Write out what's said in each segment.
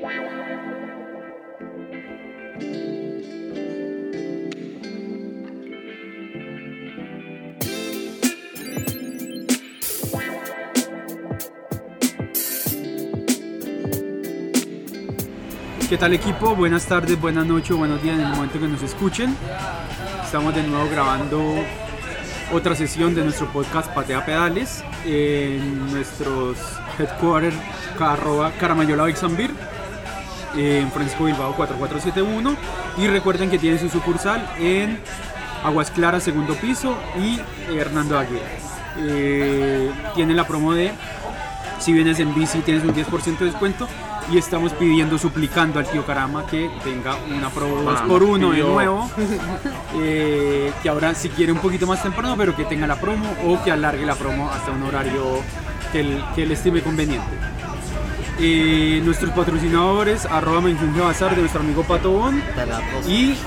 ¿Qué tal, equipo? Buenas tardes, buenas noches, buenos días en el momento que nos escuchen. Estamos de nuevo grabando otra sesión de nuestro podcast Patea Pedales en nuestros headquarters Caramayola Bixambir en Francisco Bilbao 4471, y recuerden que tienen su sucursal en Aguas Claras, segundo piso, y Hernando Aguirre. Tienen la promo de si vienes en bici tienes un 10% de descuento, y estamos pidiendo, suplicando al tío Carama que tenga una promo 2x1 de nuevo, que ahora si quiere un poquito más temprano, pero que tenga la promo o que alargue la promo hasta un horario que él estime conveniente. Nuestros patrocinadores, @menjungebazar de nuestro amigo Pato Bon, y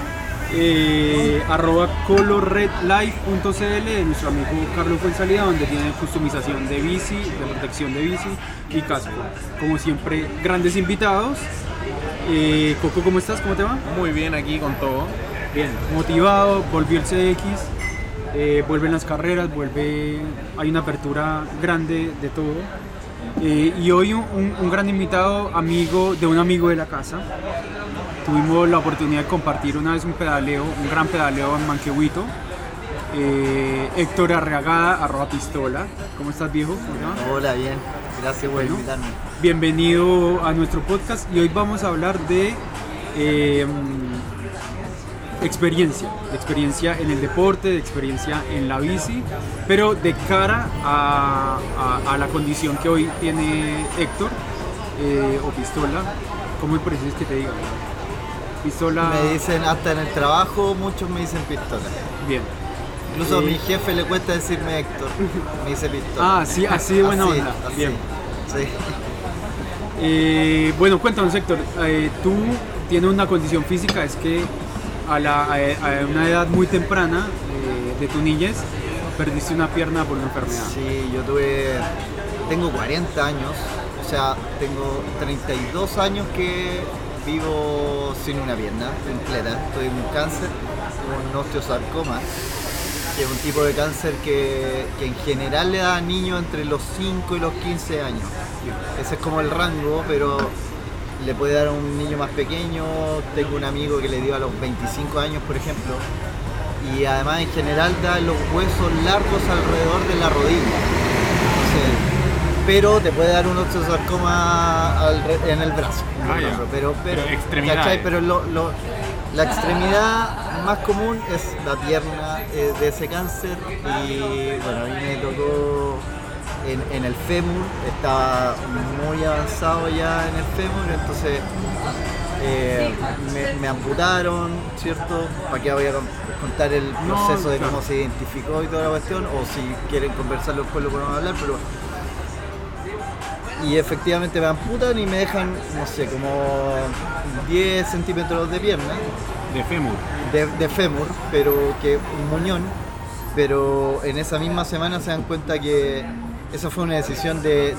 @colorredlife.cl de nuestro amigo Carlos Fuensalida, donde tiene customización de bici, de protección de bici y casco. Como siempre, grandes invitados. Coco, ¿cómo estás? ¿Cómo te va? Muy bien, aquí con todo. Bien, motivado, volvió el CX, vuelven las carreras, hay una apertura grande de todo. Y hoy un gran invitado, amigo de un amigo de la casa. Tuvimos la oportunidad de compartir una vez un gran pedaleo en Manquehuito. Héctor Arriagada, @pistola. ¿Cómo estás, viejo? Hola, bien. Gracias por invitarme. Bienvenido a nuestro podcast, y hoy vamos a hablar de experiencia en el deporte, de experiencia en la bici, pero de cara a la condición que hoy tiene Héctor, o Pistola. ¿Cómo prefieres que te diga? Pistola. Me dicen, hasta en el trabajo muchos me dicen Pistola. Bien. Incluso a mi jefe le cuesta decirme Héctor, me dice Pistola. Ah, sí, así de buena onda. Así, bien. Sí. Bueno, cuéntanos, Héctor, tú tienes una condición física, es que a una edad muy temprana de tu niñez perdiste una pierna por una enfermedad. Sí, tengo 40 años, o sea, tengo 32 años que vivo sin una pierna completa. Estoy en un cáncer, un osteosarcoma, que es un tipo de cáncer que en general le da a niños entre los 5 y los 15 años. Ese es como el rango, pero le puede dar a un niño más pequeño. Tengo un amigo que le dio a los 25 años, por ejemplo, y además en general da los huesos largos alrededor de la rodilla. Pero te puede dar un osteosarcoma en el brazo. Pero extremidades. Pero la extremidad más común es la pierna de ese cáncer, y bueno, a mí me tocó en el fémur. Estaba muy avanzado ya en el fémur, entonces me amputaron, ¿cierto? ¿Para qué voy a contar el proceso de cómo se identificó y toda la cuestión? O si quieren conversarlo después lo podemos hablar, pero... Y efectivamente me amputan y me dejan, no sé, como 10 centímetros de pierna. De fémur. De fémur, pero que un muñón. Pero en esa misma semana se dan cuenta que eso fue una decisión del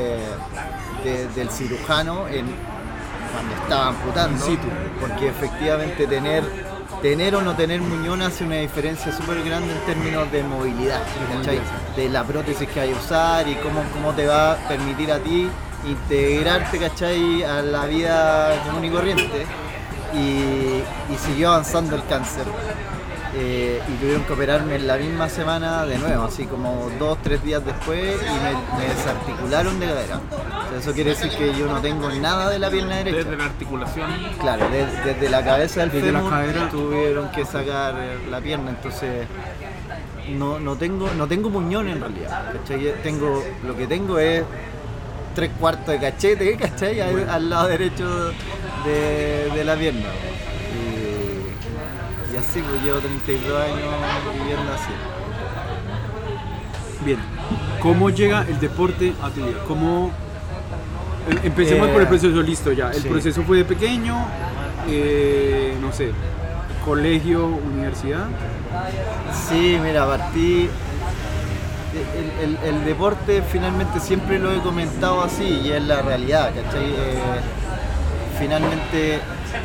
cirujano cuando estaba amputando. In situ. Porque efectivamente tener o no tener muñón hace una diferencia súper grande en términos de movilidad, ¿cachai? De la prótesis que hay a usar y cómo te va a permitir a ti integrarte, ¿cachai? A la vida común y corriente. Y siguió avanzando el cáncer, y tuvieron que operarme en la misma semana de nuevo, así como 2-3 días después, y me desarticularon de cadera. O sea, eso quiere decir que yo no tengo nada de la pierna derecha. Desde la articulación. Claro, desde la cabeza del Desde la fémur cadera. tuvieron que sacar la pierna, entonces no tengo muñón en realidad, ¿cachai? Lo que tengo es 3/4 de cachete, ¿cachai? Al lado derecho de la pierna. Y así, pues llevo 32 años viviendo así. Bien, ¿cómo llega el deporte a tu vida? Empecemos por el proceso, listo ya. El proceso fue de pequeño, no sé, colegio, universidad. Sí, mira, partí... El deporte finalmente siempre lo he comentado así, y es la realidad, ¿cachai? finalmente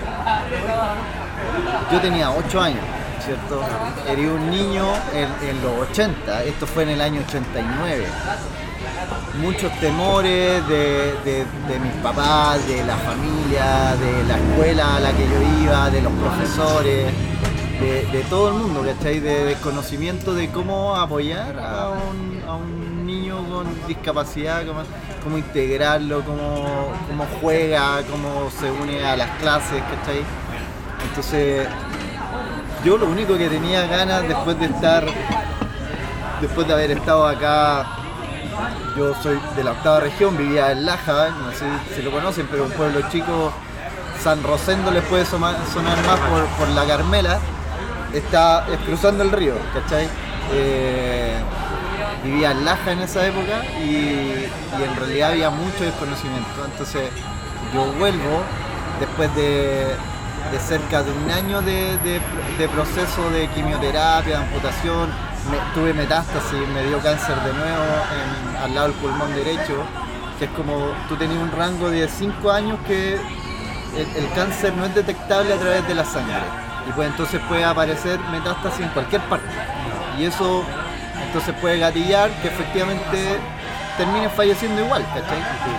yo tenía 8 años, ¿cierto? Era un niño en los 80, esto fue en el año 89. Muchos temores de mis papás, de la familia, de la escuela a la que yo iba, de los profesores, de todo el mundo, ¿cachai? De desconocimiento de cómo apoyar a un niño con discapacidad, cómo integrarlo, cómo juega, cómo se une a las clases, ¿cachai? Entonces, yo lo único que tenía ganas después de haber estado acá, yo soy de la 8ª región, vivía en Laja, no sé si lo conocen, pero un pueblo chico, San Rosendo les puede sonar más por la Carmela, es cruzando el río, ¿cachai? Vivía en Laja en esa época y en realidad había mucho desconocimiento. Entonces yo vuelvo después de cerca de un año de proceso de quimioterapia, de amputación, tuve metástasis, me dio cáncer de nuevo al lado del pulmón derecho, que es como tú tenías un rango de 5 años que el cáncer no es detectable a través de la sangre y pues entonces puede aparecer metástasis en cualquier parte y eso entonces puede gatillar que efectivamente termines falleciendo igual, ¿cachai?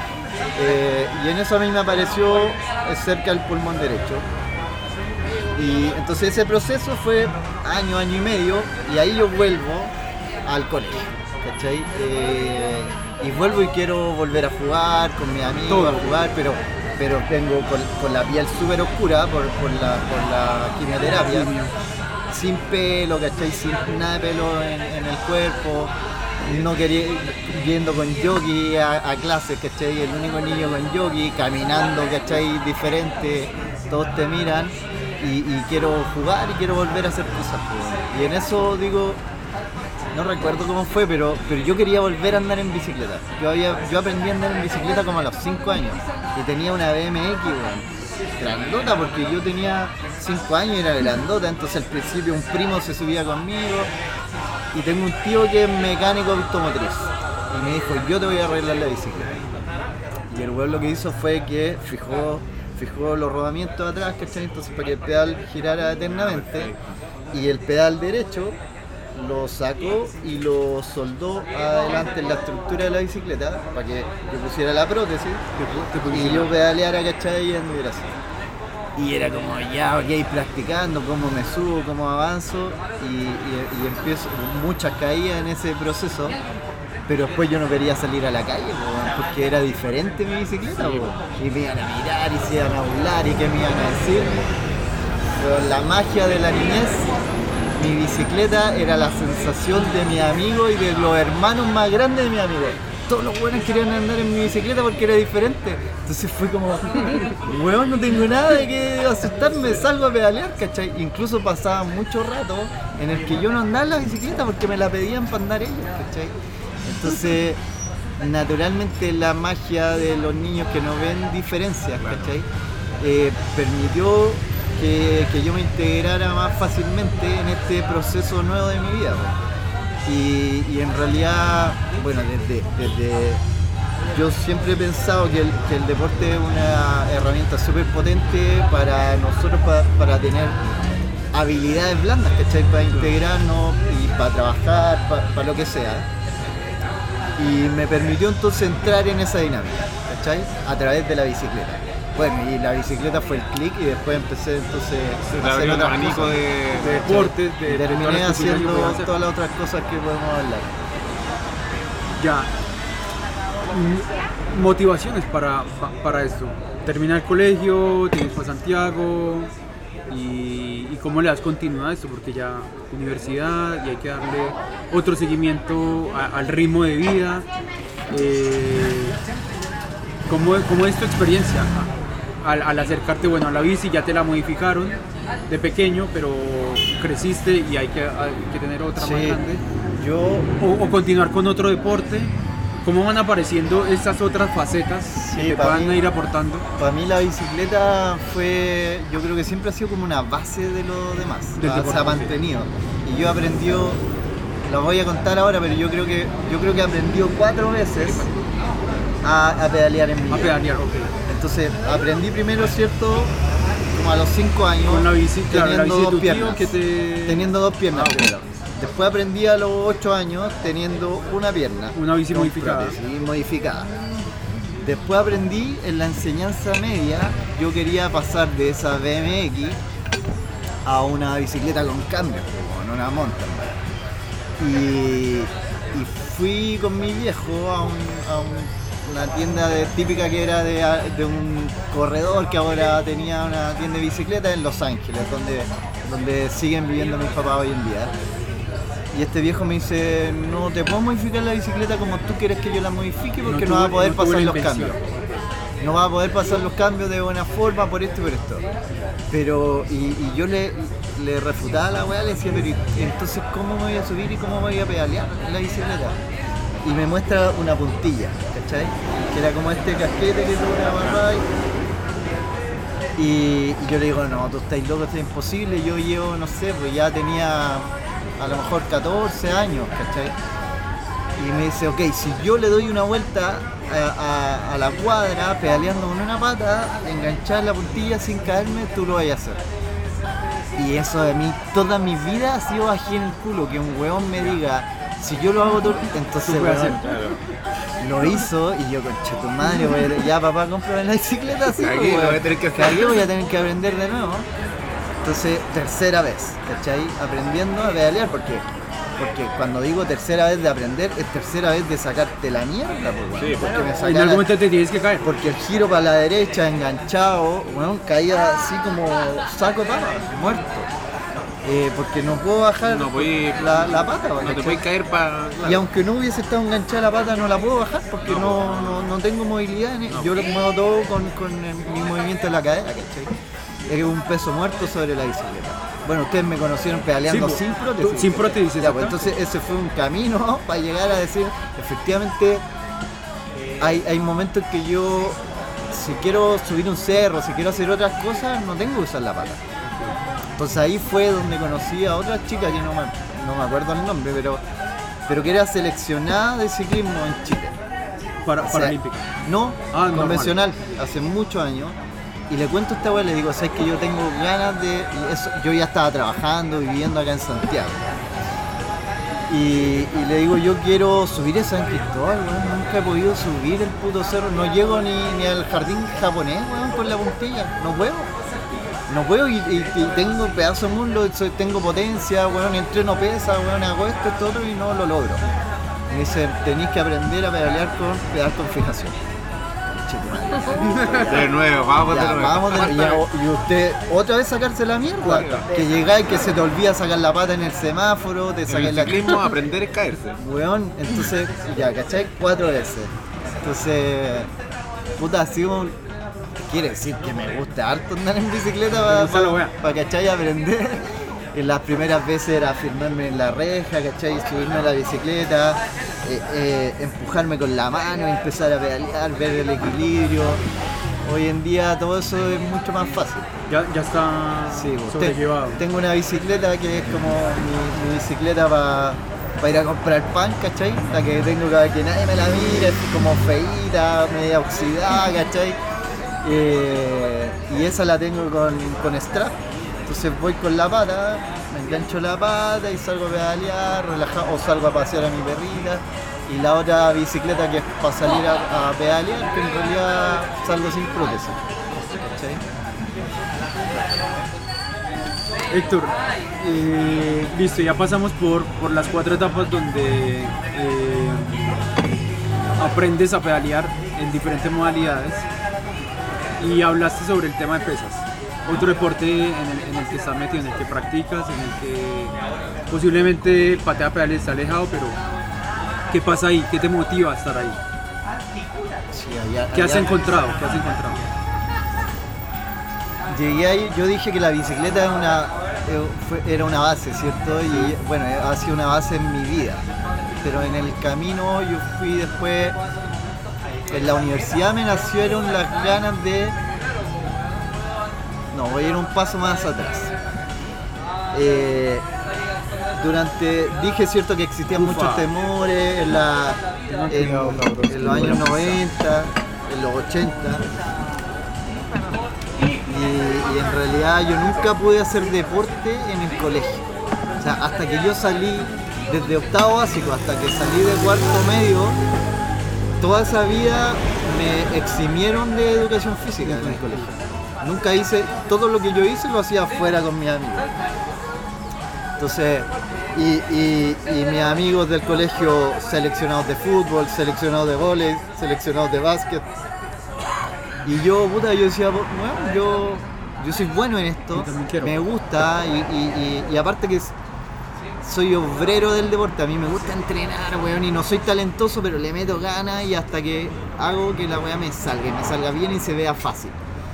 Y en eso a mí me apareció cerca del pulmón derecho. Y entonces ese proceso fue año y medio y ahí yo vuelvo al colegio, ¿cachai? Y vuelvo y quiero volver a jugar con mis amigos, a jugar, pero vengo con la piel súper oscura por la quimioterapia, sin pelo, ¿cachai? Sin nada de pelo en el cuerpo, no quería, yendo con jockey a clases, ¿cachai? El único niño con jockey, caminando, ¿cachai? Diferente, todos te miran. Y quiero jugar y quiero volver a hacer cosas. Y en eso digo, no recuerdo cómo fue, pero yo quería volver a andar en bicicleta. Yo aprendí a andar en bicicleta como a los 5 años y tenía una BMX, grandota, porque yo tenía 5 años y era grandota, entonces al principio un primo se subía conmigo y tengo un tío que es mecánico automotriz y me dijo, yo te voy a arreglar la bicicleta. Y el weón lo que hizo fue que fijó los rodamientos atrás, ¿cachai? Entonces para que el pedal girara eternamente y el pedal derecho lo sacó y lo soldó adelante en la estructura de la bicicleta para que yo pusiera la prótesis y yo pedaleara, ¿cachai? Y anduviera así. Y era como ya, ok, practicando cómo me subo, cómo avanzo y empiezo muchas caídas en ese proceso. Pero después yo no quería salir a la calle, porque era diferente mi bicicleta, y me iban a mirar y se iban a burlar y qué me iban a decir. Pero la magia de la niñez, mi bicicleta era la sensación de mi amigo y de los hermanos más grandes de mi amigo. Todos los buenos querían andar en mi bicicleta porque era diferente. Entonces fue como, weón, no tengo nada de que asustarme, salgo a pedalear, ¿cachai? Incluso pasaba mucho rato en el que yo no andaba en la bicicleta porque me la pedían para andar ellos, ¿cachai? Entonces, naturalmente la magia de los niños que no ven diferencias, ¿cachai? Permitió que yo me integrara más fácilmente en este proceso nuevo de mi vida. Y en realidad, bueno, desde yo siempre he pensado que el deporte es una herramienta súper potente para nosotros, para tener habilidades blandas, ¿cachai? Para integrarnos y para trabajar, para lo que sea. Y me permitió entonces entrar en esa dinámica, ¿cachai? A través de la bicicleta. Bueno, y la bicicleta fue el clic y después empecé entonces a hacer otras abanico cosas, de deportes, terminé haciendo todas las otras cosas que podemos hablar. Ya. Motivaciones para esto. Terminar el colegio, tienes para Santiago y cómo le das continuidad a esto, porque ya universidad y hay que darle otro seguimiento al ritmo de vida. ¿Cómo es tu experiencia al acercarte, bueno, a la bici? Ya te la modificaron de pequeño, pero creciste y hay que tener otra más grande. O continuar con otro deporte. ¿Cómo van apareciendo estas otras facetas que te van a ir aportando? Para mí la bicicleta fue, yo creo que siempre ha sido como una base de lo demás, se ha mantenido. Y yo he aprendido, lo voy a contar ahora, pero yo creo que he aprendido 4 veces a pedalear en mi A vida. pedalear, ok. Entonces aprendí primero, ¿cierto? Como a los 5 años. Con la bici, claro, la bici de tu tío piernas. que te... Teniendo 2 piernas ok. primero. Después aprendí a los 8 años teniendo una pierna. Una bici con modificada. prótesis, modificada. Después aprendí en la enseñanza media, yo quería pasar de esa BMX a una bicicleta con cambio, con una mountain bike. Y fui con mi viejo a una tienda típica que era de un corredor que ahora tenía una tienda de bicicleta en Los Ángeles, donde siguen viviendo mis papás hoy en día. Y este viejo me dice, no te puedo modificar la bicicleta como tú quieres que yo la modifique porque no vas a poder pasar los cambios. No vas a poder pasar los cambios de buena forma por esto y por esto. Pero, y yo le refutaba a la weá, le decía, pero entonces ¿cómo me voy a subir y cómo voy a pedalear en la bicicleta? Y me muestra una puntilla, ¿cachai? Que era como este casquete que tú te amarras. Y yo le digo, no, tú estás loco, esto es imposible. Yo llevo, no sé, pues ya tenía a lo mejor 14 años, ¿cachai? Y me dice, ok, si yo le doy una vuelta a la cuadra pedaleando con una pata, enganchar la puntilla sin caerme, tú lo vas a hacer. Y eso de mí, toda mi vida ha sido bají en el culo, que un weón me diga, si yo lo hago todo, entonces weón, lo hizo y yo, concha tu madre, ya papá, cómprame la bicicleta, así, Cagué, lo voy a tener que hacer. Cagué, voy a tener que aprender de nuevo. Entonces, tercera vez, ¿cachai? Aprendiendo a pedalear, porque cuando digo tercera vez de aprender, es tercera vez de sacarte la mierda, pues, Sí, porque me En sacara, algún momento te tienes que caer. porque el giro para la derecha, enganchado, bueno, caía así como saco de papa, muerto. Porque no puedo bajar No podí- la pata, No te ¿cachai? puedes caer para... Y aunque no hubiese estado enganchada la pata, no la puedo bajar porque no tengo movilidad. Yo lo muevo todo con mi movimiento de la cadera, ¿cachai? Es un peso muerto sobre la bicicleta. Bueno, ustedes me conocieron pedaleando Sí, sin prótesis. sin prótesis, Ya, pues, exacto. entonces ese fue un camino para llegar a decir, efectivamente, hay momentos en que yo, si quiero subir un cerro, si quiero hacer otras cosas, no tengo que usar la pata. Entonces ahí fue donde conocí a otra chica que no me acuerdo el nombre, pero que era seleccionada de ciclismo en Chile. O sea, Paralímpica. No, Ah, convencional, hace muchos años. Y le cuento a esta weá, le digo, sabes que yo tengo ganas de... y eso, yo ya estaba trabajando, viviendo acá en Santiago. Y le digo, yo quiero subir a San Cristóbal, weón, nunca he podido subir el puto cerro, no llego ni al jardín japonés, weón, con la puntilla, no puedo y tengo pedazo de muslo, tengo potencia, weón, entreno pesa, weón, hago esto, otro y no lo logro. Me dice, tenéis que aprender a pedalear con pedal con fijación. De nuevo, vamos Ya, de nuevo. vamos y usted otra vez sacarse la mierda, que llegáis que se te olvida sacar la pata en el semáforo, te En sacas el la ciclismo aprender es caerse. weón, entonces ya, ¿cachai? 4 veces. Entonces, puta, así como quiere decir que me gusta harto andar en bicicleta gusta la wea. para ¿cachai? Aprender. En las primeras veces era firmarme en la reja, ¿cachai? Subirme a la bicicleta, empujarme con la mano, empezar a pedalear, ver el equilibrio. Hoy en día todo eso es mucho más fácil. Ya está Sí, pues, sobrellevado. tengo una bicicleta que es como mi bicicleta para ir a comprar pan, ¿cachai? La que tengo que nadie me la mire, es como feíta, media oxidada, ¿cachai? Y esa la tengo con strap. Entonces voy con la pata, me engancho la pata y salgo a pedalear, relajado, o salgo a pasear a mi perrita. Y la otra bicicleta que es para salir a pedalear, que en realidad salgo sin prótesis. ¿Cachai? Héctor, listo, ya pasamos por las 4 etapas donde aprendes a pedalear en diferentes modalidades y hablaste sobre el tema de pesas. Otro deporte en el que estás metido, en el que practicas, en el que posiblemente patea pedales está alejado, pero ¿qué pasa ahí? ¿Qué te motiva a estar ahí? Sí, ¿Qué has allá- encontrado? ¿Qué has encontrado? Llegué ahí, yo dije que la bicicleta era una base, ¿cierto? Y bueno, ha sido una base en mi vida. Pero en el camino yo fui después, en la universidad me nacieron las ganas de... No, voy a ir un paso más atrás. dije cierto que existían Ufa. muchos temores en los años 90, en los 80. Y en realidad yo nunca pude hacer deporte en el colegio. O sea, hasta que yo salí desde octavo básico hasta que salí de cuarto medio, toda esa vida me eximieron de educación física en el colegio. Nunca hice, todo lo que yo hice lo hacía afuera con mis amigos. Entonces, y mis amigos del colegio seleccionados de fútbol, seleccionados de vóley, seleccionados de básquet. Y yo decía, bueno, yo soy bueno en esto, Yo también quiero. me gusta y aparte que soy obrero del deporte, a mí me gusta entrenar, weón, y no soy talentoso, pero le meto ganas y hasta que hago que la weá me salga bien y se vea fácil.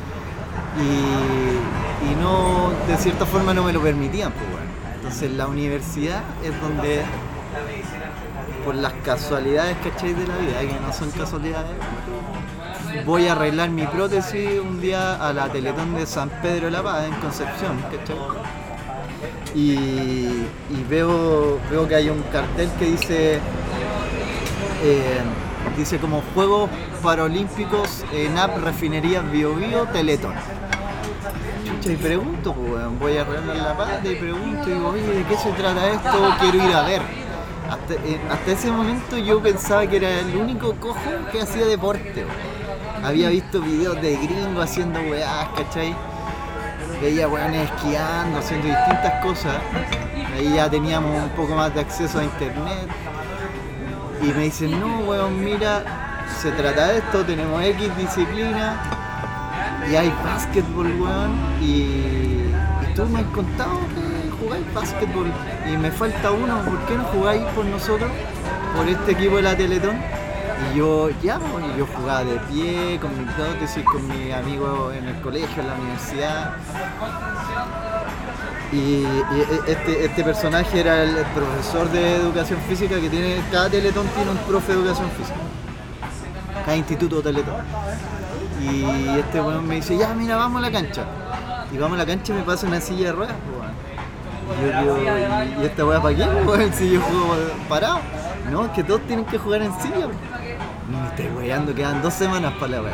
Y no, de cierta forma no me lo permitían, pues, weón. Entonces la universidad es donde, por las casualidades, ¿cachai? De la vida, que no son casualidades, voy a arreglar mi prótesis un día a la Teletón de San Pedro de la Paz, en Concepción, ¿cachai? Y veo que hay un cartel que dice como Juegos Paralímpicos en Refinerías Bio Bio Teletón. Chucha, y pregunto, pues, weón, voy a arreglar la pata y pregunto y digo, oye, ¿de qué se trata esto? Quiero ir a ver. Hasta ese momento yo pensaba que era el único cojo que hacía deporte, weón. Había visto videos de gringos haciendo weás, ¿cachai? Veía weones esquiando, haciendo distintas cosas. Ahí ya teníamos un poco más de acceso a internet. Y me dicen, no weón, mira, se trata de esto, tenemos X disciplina y hay básquetbol, weón. Y tú me has contado que jugáis básquetbol y me falta uno, ¿por qué no jugáis por nosotros? Por este equipo de la Teletón. Y yo jugaba de pie, con mi prótesis, con mis amigos en el colegio, en la universidad. Y este personaje era el profesor de educación física que tiene, cada Teletón tiene un profe de educación física. Cada instituto Teletón. Y este weón me dice, ya mira, vamos a la cancha. Y vamos a la cancha y me pasa una silla de ruedas, weón. Y yo digo, ¿y esta weá para qué, weón? Si yo juego parado. No, es que todos tienen que jugar en silla, weón. Me estoy weyando, quedan 2 semanas para la weá.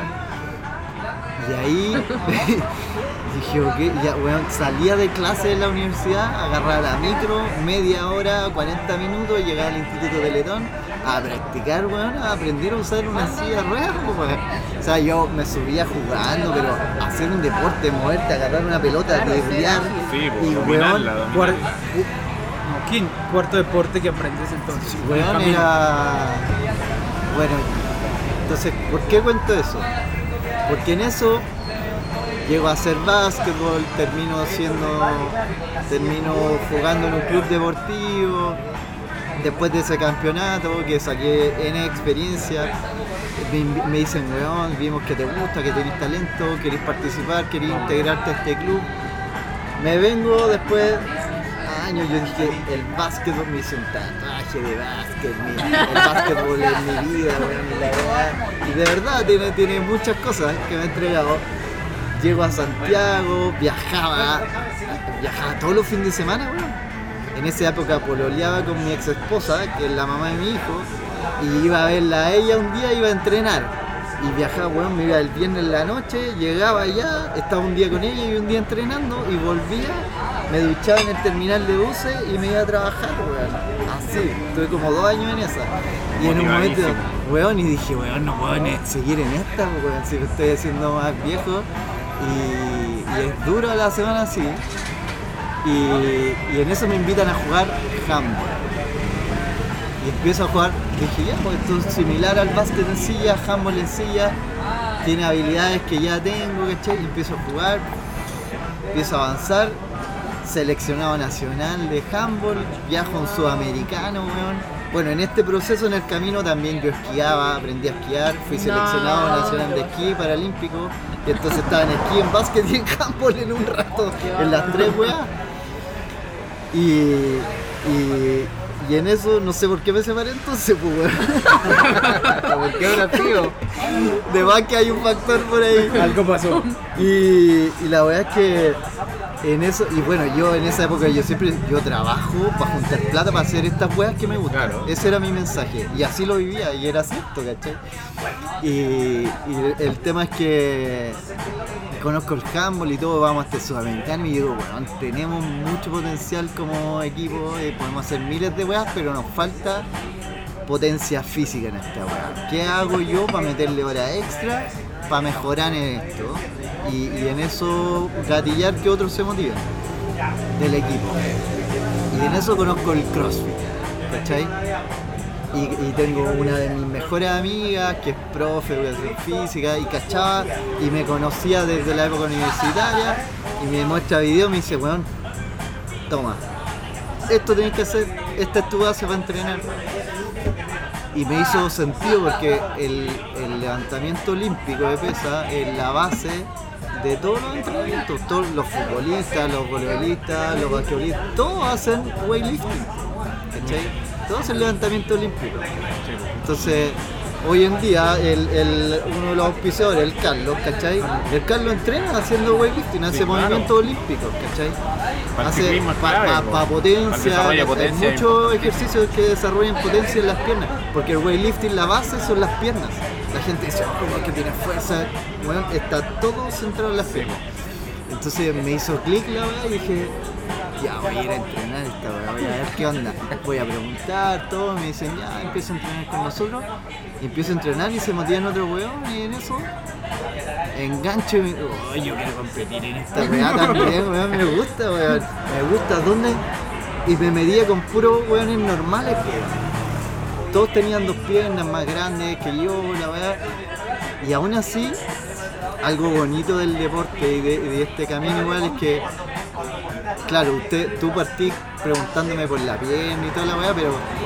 Y ahí dije, ok, ya weón, salía de clase de la universidad, agarraba la micro, media hora, 40 minutos, llegaba al Instituto Teletón a practicar, weón, a aprender a usar una silla de ruedas, weón. O sea, yo me subía jugando, pero hacer un deporte, moverte, agarrar una pelota, driblear, Sí, pues, y dominarla, weón, dominarla. Cuarto deporte que aprendes entonces. weón, Camino. era... Bueno, entonces, ¿por qué cuento eso? Porque en eso llego a hacer básquetbol, termino jugando en un club deportivo. Después de ese campeonato que saqué N experiencia, me dicen, weón, vimos que te gusta, que tenés talento, querés participar, querés integrarte a este club. Me vengo después años, yo dije, el básquetbol, me hice un tatuaje de básquet, el básquetbol es mi vida, weón, y la verdad, y de verdad tiene muchas cosas que me he entregado. Llego a Santiago, viajaba todos los fines de semana, weón. En esa época pololeaba con mi ex esposa, que es la mamá de mi hijo, y iba a verla a ella un día, iba a entrenar. Y viajaba, weón, me iba el viernes en la noche, llegaba allá, estaba un día con ella y un día entrenando, y volvía, me duchaba en el terminal de buses y me iba a trabajar, weón. Así, estuve como 2 años en esa. Y en un momento, weón, y dije, weón, no puedo seguir en esta, weón, si me estoy haciendo más viejo. Y es duro la semana así. Y en eso me invitan a jugar handball. Y empiezo a jugar, dije, ya, pues esto es similar al básquet en silla, handball en silla, tiene habilidades que ya tengo, ¿cachai? Y empiezo a jugar, empiezo a avanzar, seleccionado nacional de handball, viajo a un sudamericano, weón. Bueno, en este proceso, en el camino también yo esquiaba, aprendí a esquiar, fui seleccionado nacional de esquí paralímpico, y entonces estaba en esquí, en básquet y en handball en un rato, en las 3 weas. Y en eso, no sé por qué me separé entonces, pues, weón. ¿Por qué ahora tío? De más que hay un factor por ahí. Algo pasó. Y la verdad es que en eso, y bueno, yo en esa época yo trabajo para juntar plata para hacer estas weas que me gustan. Claro. Ese era mi mensaje. Y así lo vivía, y era cierto, ¿cachai? Y el tema es que conozco el handball y todo, vamos hasta el sudamericano y digo, bueno, tenemos mucho potencial como equipo, podemos hacer miles de weas, pero nos falta potencia física en esta wea. ¿Qué hago yo para meterle horas extra, para mejorar en esto? Y en eso gatillar que otros se motiven del equipo. Y en eso conozco el CrossFit, ¿cachai? Y tengo una de mis mejores amigas que es profe de educación física y cachaba y me conocía desde la época universitaria y me muestra videos y me dice, weón, toma, esto tenés que hacer, esta es tu base para entrenar. Y me hizo sentido porque el levantamiento olímpico de pesa es la base de todos los entrenamientos. Todos los futbolistas, los voleibolistas, los basquetbolistas, todos hacen weightlifting, ¿cachai? Todos hacen levantamiento olímpico. Entonces, hoy en día, uno de los auspiciadores, el Carlos, ¿cachai? El Carlos entrena haciendo weightlifting, hace movimientos olímpicos, ¿cachai? Hace para potencia, muchos ejercicios que desarrollan potencia en las piernas, porque el weightlifting, la base son las piernas. La gente dice, oh, que tiene fuerza, bueno, está todo centrado en las piernas. Entonces me hizo clic la weá y dije, ya voy a ir a entrenar esta weá, voy a ver qué onda. Voy a preguntar, todo, me dicen, ya empiezo a entrenar con nosotros. Y empiezo a entrenar y se motivan otros weón y en eso engancho y me digo, oh, yo quiero competir en esta weá también, weón, me gusta, weón. Me gusta, ¿dónde? Y me medía con puros weones normales, weón. Todos tenían dos piernas más grandes que yo, la weá. Y aún así, algo bonito del deporte y de este camino igual es que, claro, tú partís preguntándome por la pierna y toda la weá,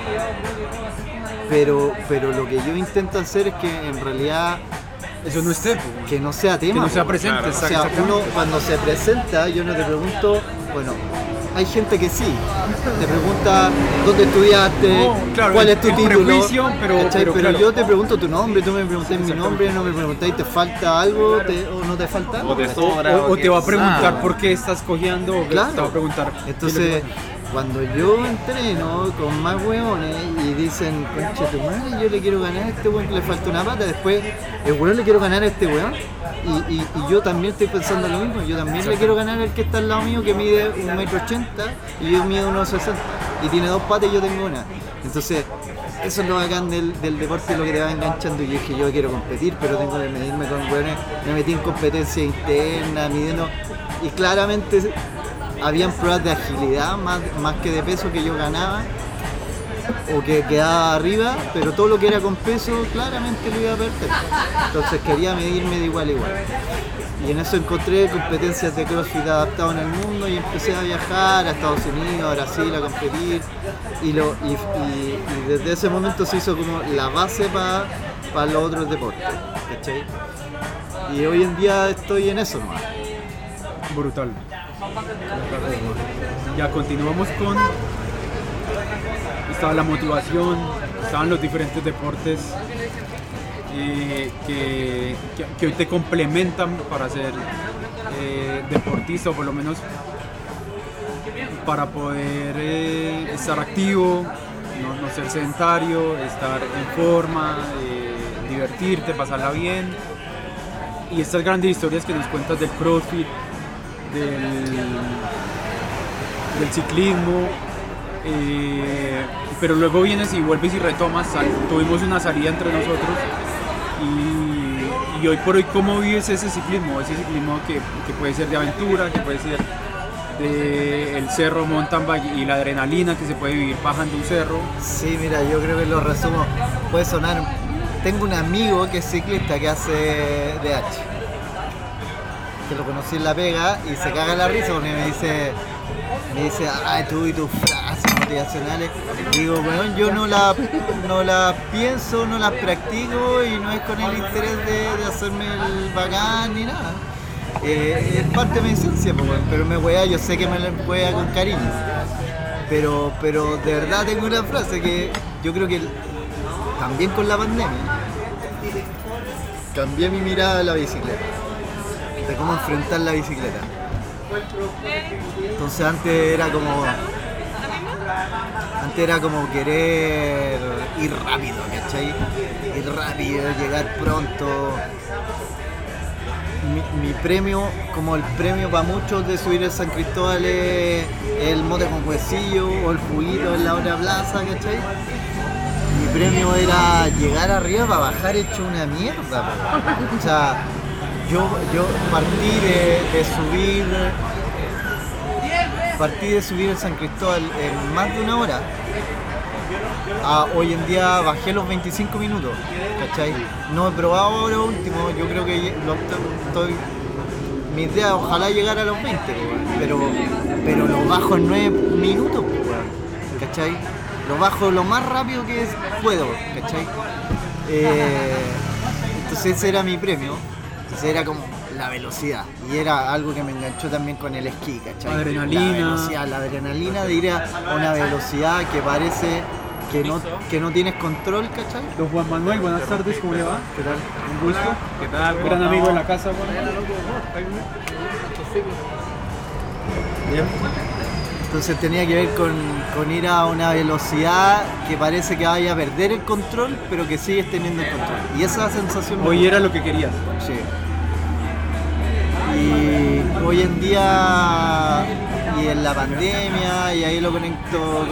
pero lo que yo intento hacer es que en realidad eso no esté, que no sea tema, que no sea presente. Claro. O sea, uno cuando se presenta, yo no te pregunto, bueno, hay gente que sí, te pregunta dónde estudiaste, no, claro, cuál es tu título, pero claro. Yo te pregunto tu nombre, tú me preguntas mi nombre, no me preguntáis te falta algo o no te falta algo, o te sobra, o te va a preguntar por qué estás cogiendo, o claro. te va a preguntar. Entonces, cuando yo entreno con más hueones y dicen, concha tu madre, yo le quiero ganar a este hueón que le falta una pata, después el hueón le quiero ganar a este hueón y yo también estoy pensando lo mismo, yo también le quiero ganar al que está al lado mío que mide 1,80 m y yo mido 1,60 m y tiene dos patas y yo tengo una. Entonces, eso es lo bacán del deporte, lo que te va enganchando. Y yo dije, yo quiero competir, pero tengo que medirme con hueones, me metí en competencia interna, midiendo, y claramente habían pruebas de agilidad más que de peso que yo ganaba o que quedaba arriba, pero todo lo que era con peso claramente lo iba a perder. Entonces quería medirme de igual a igual. Y en eso encontré competencias de CrossFit adaptado en el mundo y empecé a viajar a Estados Unidos, a Brasil, a competir. Y desde ese momento se hizo como la base para los otros deportes, ¿cachai? Y hoy en día estoy en eso nomás. Brutal. Ya continuamos con... Estaba la motivación, estaban los diferentes deportes que hoy te complementan para ser deportista, o por lo menos para poder estar activo, no ser sedentario, estar en forma, divertirte, pasarla bien. Y estas grandes historias que nos cuentas del CrossFit, del ciclismo, pero luego vienes y vuelves y retomas. Tuvimos una salida entre nosotros y hoy por hoy, ¿cómo vives ese ciclismo que puede ser de aventura, que puede ser del cerro, mountain bike, y la adrenalina que se puede vivir bajando un cerro? Sí, mira, yo creo que lo resumo, puede sonar. Tengo un amigo que es ciclista que hace DH, que lo conocí en La Pega y se caga la risa porque me dice, ay, tú y tus frases motivacionales. Digo, bueno, yo no la pienso, no las practico y no es con el interés de hacerme el bacán ni nada. Es parte de mi esencia, pero me wea, yo sé que me la wea con cariño. Pero de verdad tengo una frase que yo creo que también con la pandemia cambié mi mirada a la bicicleta, de cómo enfrentar la bicicleta. Entonces antes era como querer ir rápido, ¿cachai? Ir rápido, llegar pronto. Mi premio, como el premio para muchos de subir el San Cristóbal es el mote con huesillo o el juguito en la otra plaza, ¿cachai? Mi premio era llegar arriba para bajar hecho una mierda, po. O sea, yo partí de subir el San Cristóbal en más de una hora. Hoy en día bajé los 25 minutos, ¿cachai? No he probado ahora último, yo creo que mi idea ojalá llegar a los 20, pero lo bajo en 9 minutos, ¿cachai? Lo bajo lo más rápido que puedo, ¿cachai? Entonces ese era mi premio, entonces era como la velocidad, y era algo que me enganchó también con el esquí, ¿cachai? La adrenalina de ir a una velocidad que parece que no tienes control, ¿cachai? Don Juan Manuel, buenas tardes, ¿cómo le va? ¿Qué tal? Un gusto. ¿Qué tal? Gran amigo de la casa, Juan. Bien. Entonces tenía que ver con ir a una velocidad que parece que vaya a perder el control, pero que sigues teniendo el control. Y esa sensación... Hoy era lo que querías. Sí. Y hoy en día, y en la pandemia, y ahí lo conecto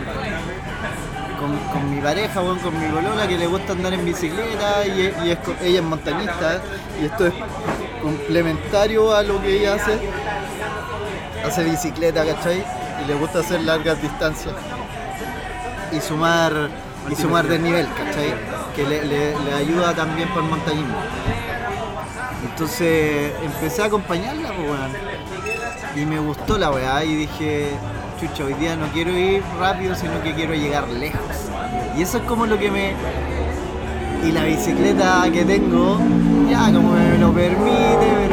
con mi pareja, bueno, con mi polola, que le gusta andar en bicicleta, y ella es montañista, y esto es complementario a lo que ella hace bicicleta, ¿cachai? Y le gusta hacer largas distancias y sumar desnivel, ¿cachai? Que le ayuda también para el montañismo. Entonces empecé a acompañarla, pues, bueno, y me gustó la weá, y dije, chucha, hoy día no quiero ir rápido, sino que quiero llegar lejos. Y eso es como lo que y la bicicleta que tengo, ya como me lo permite,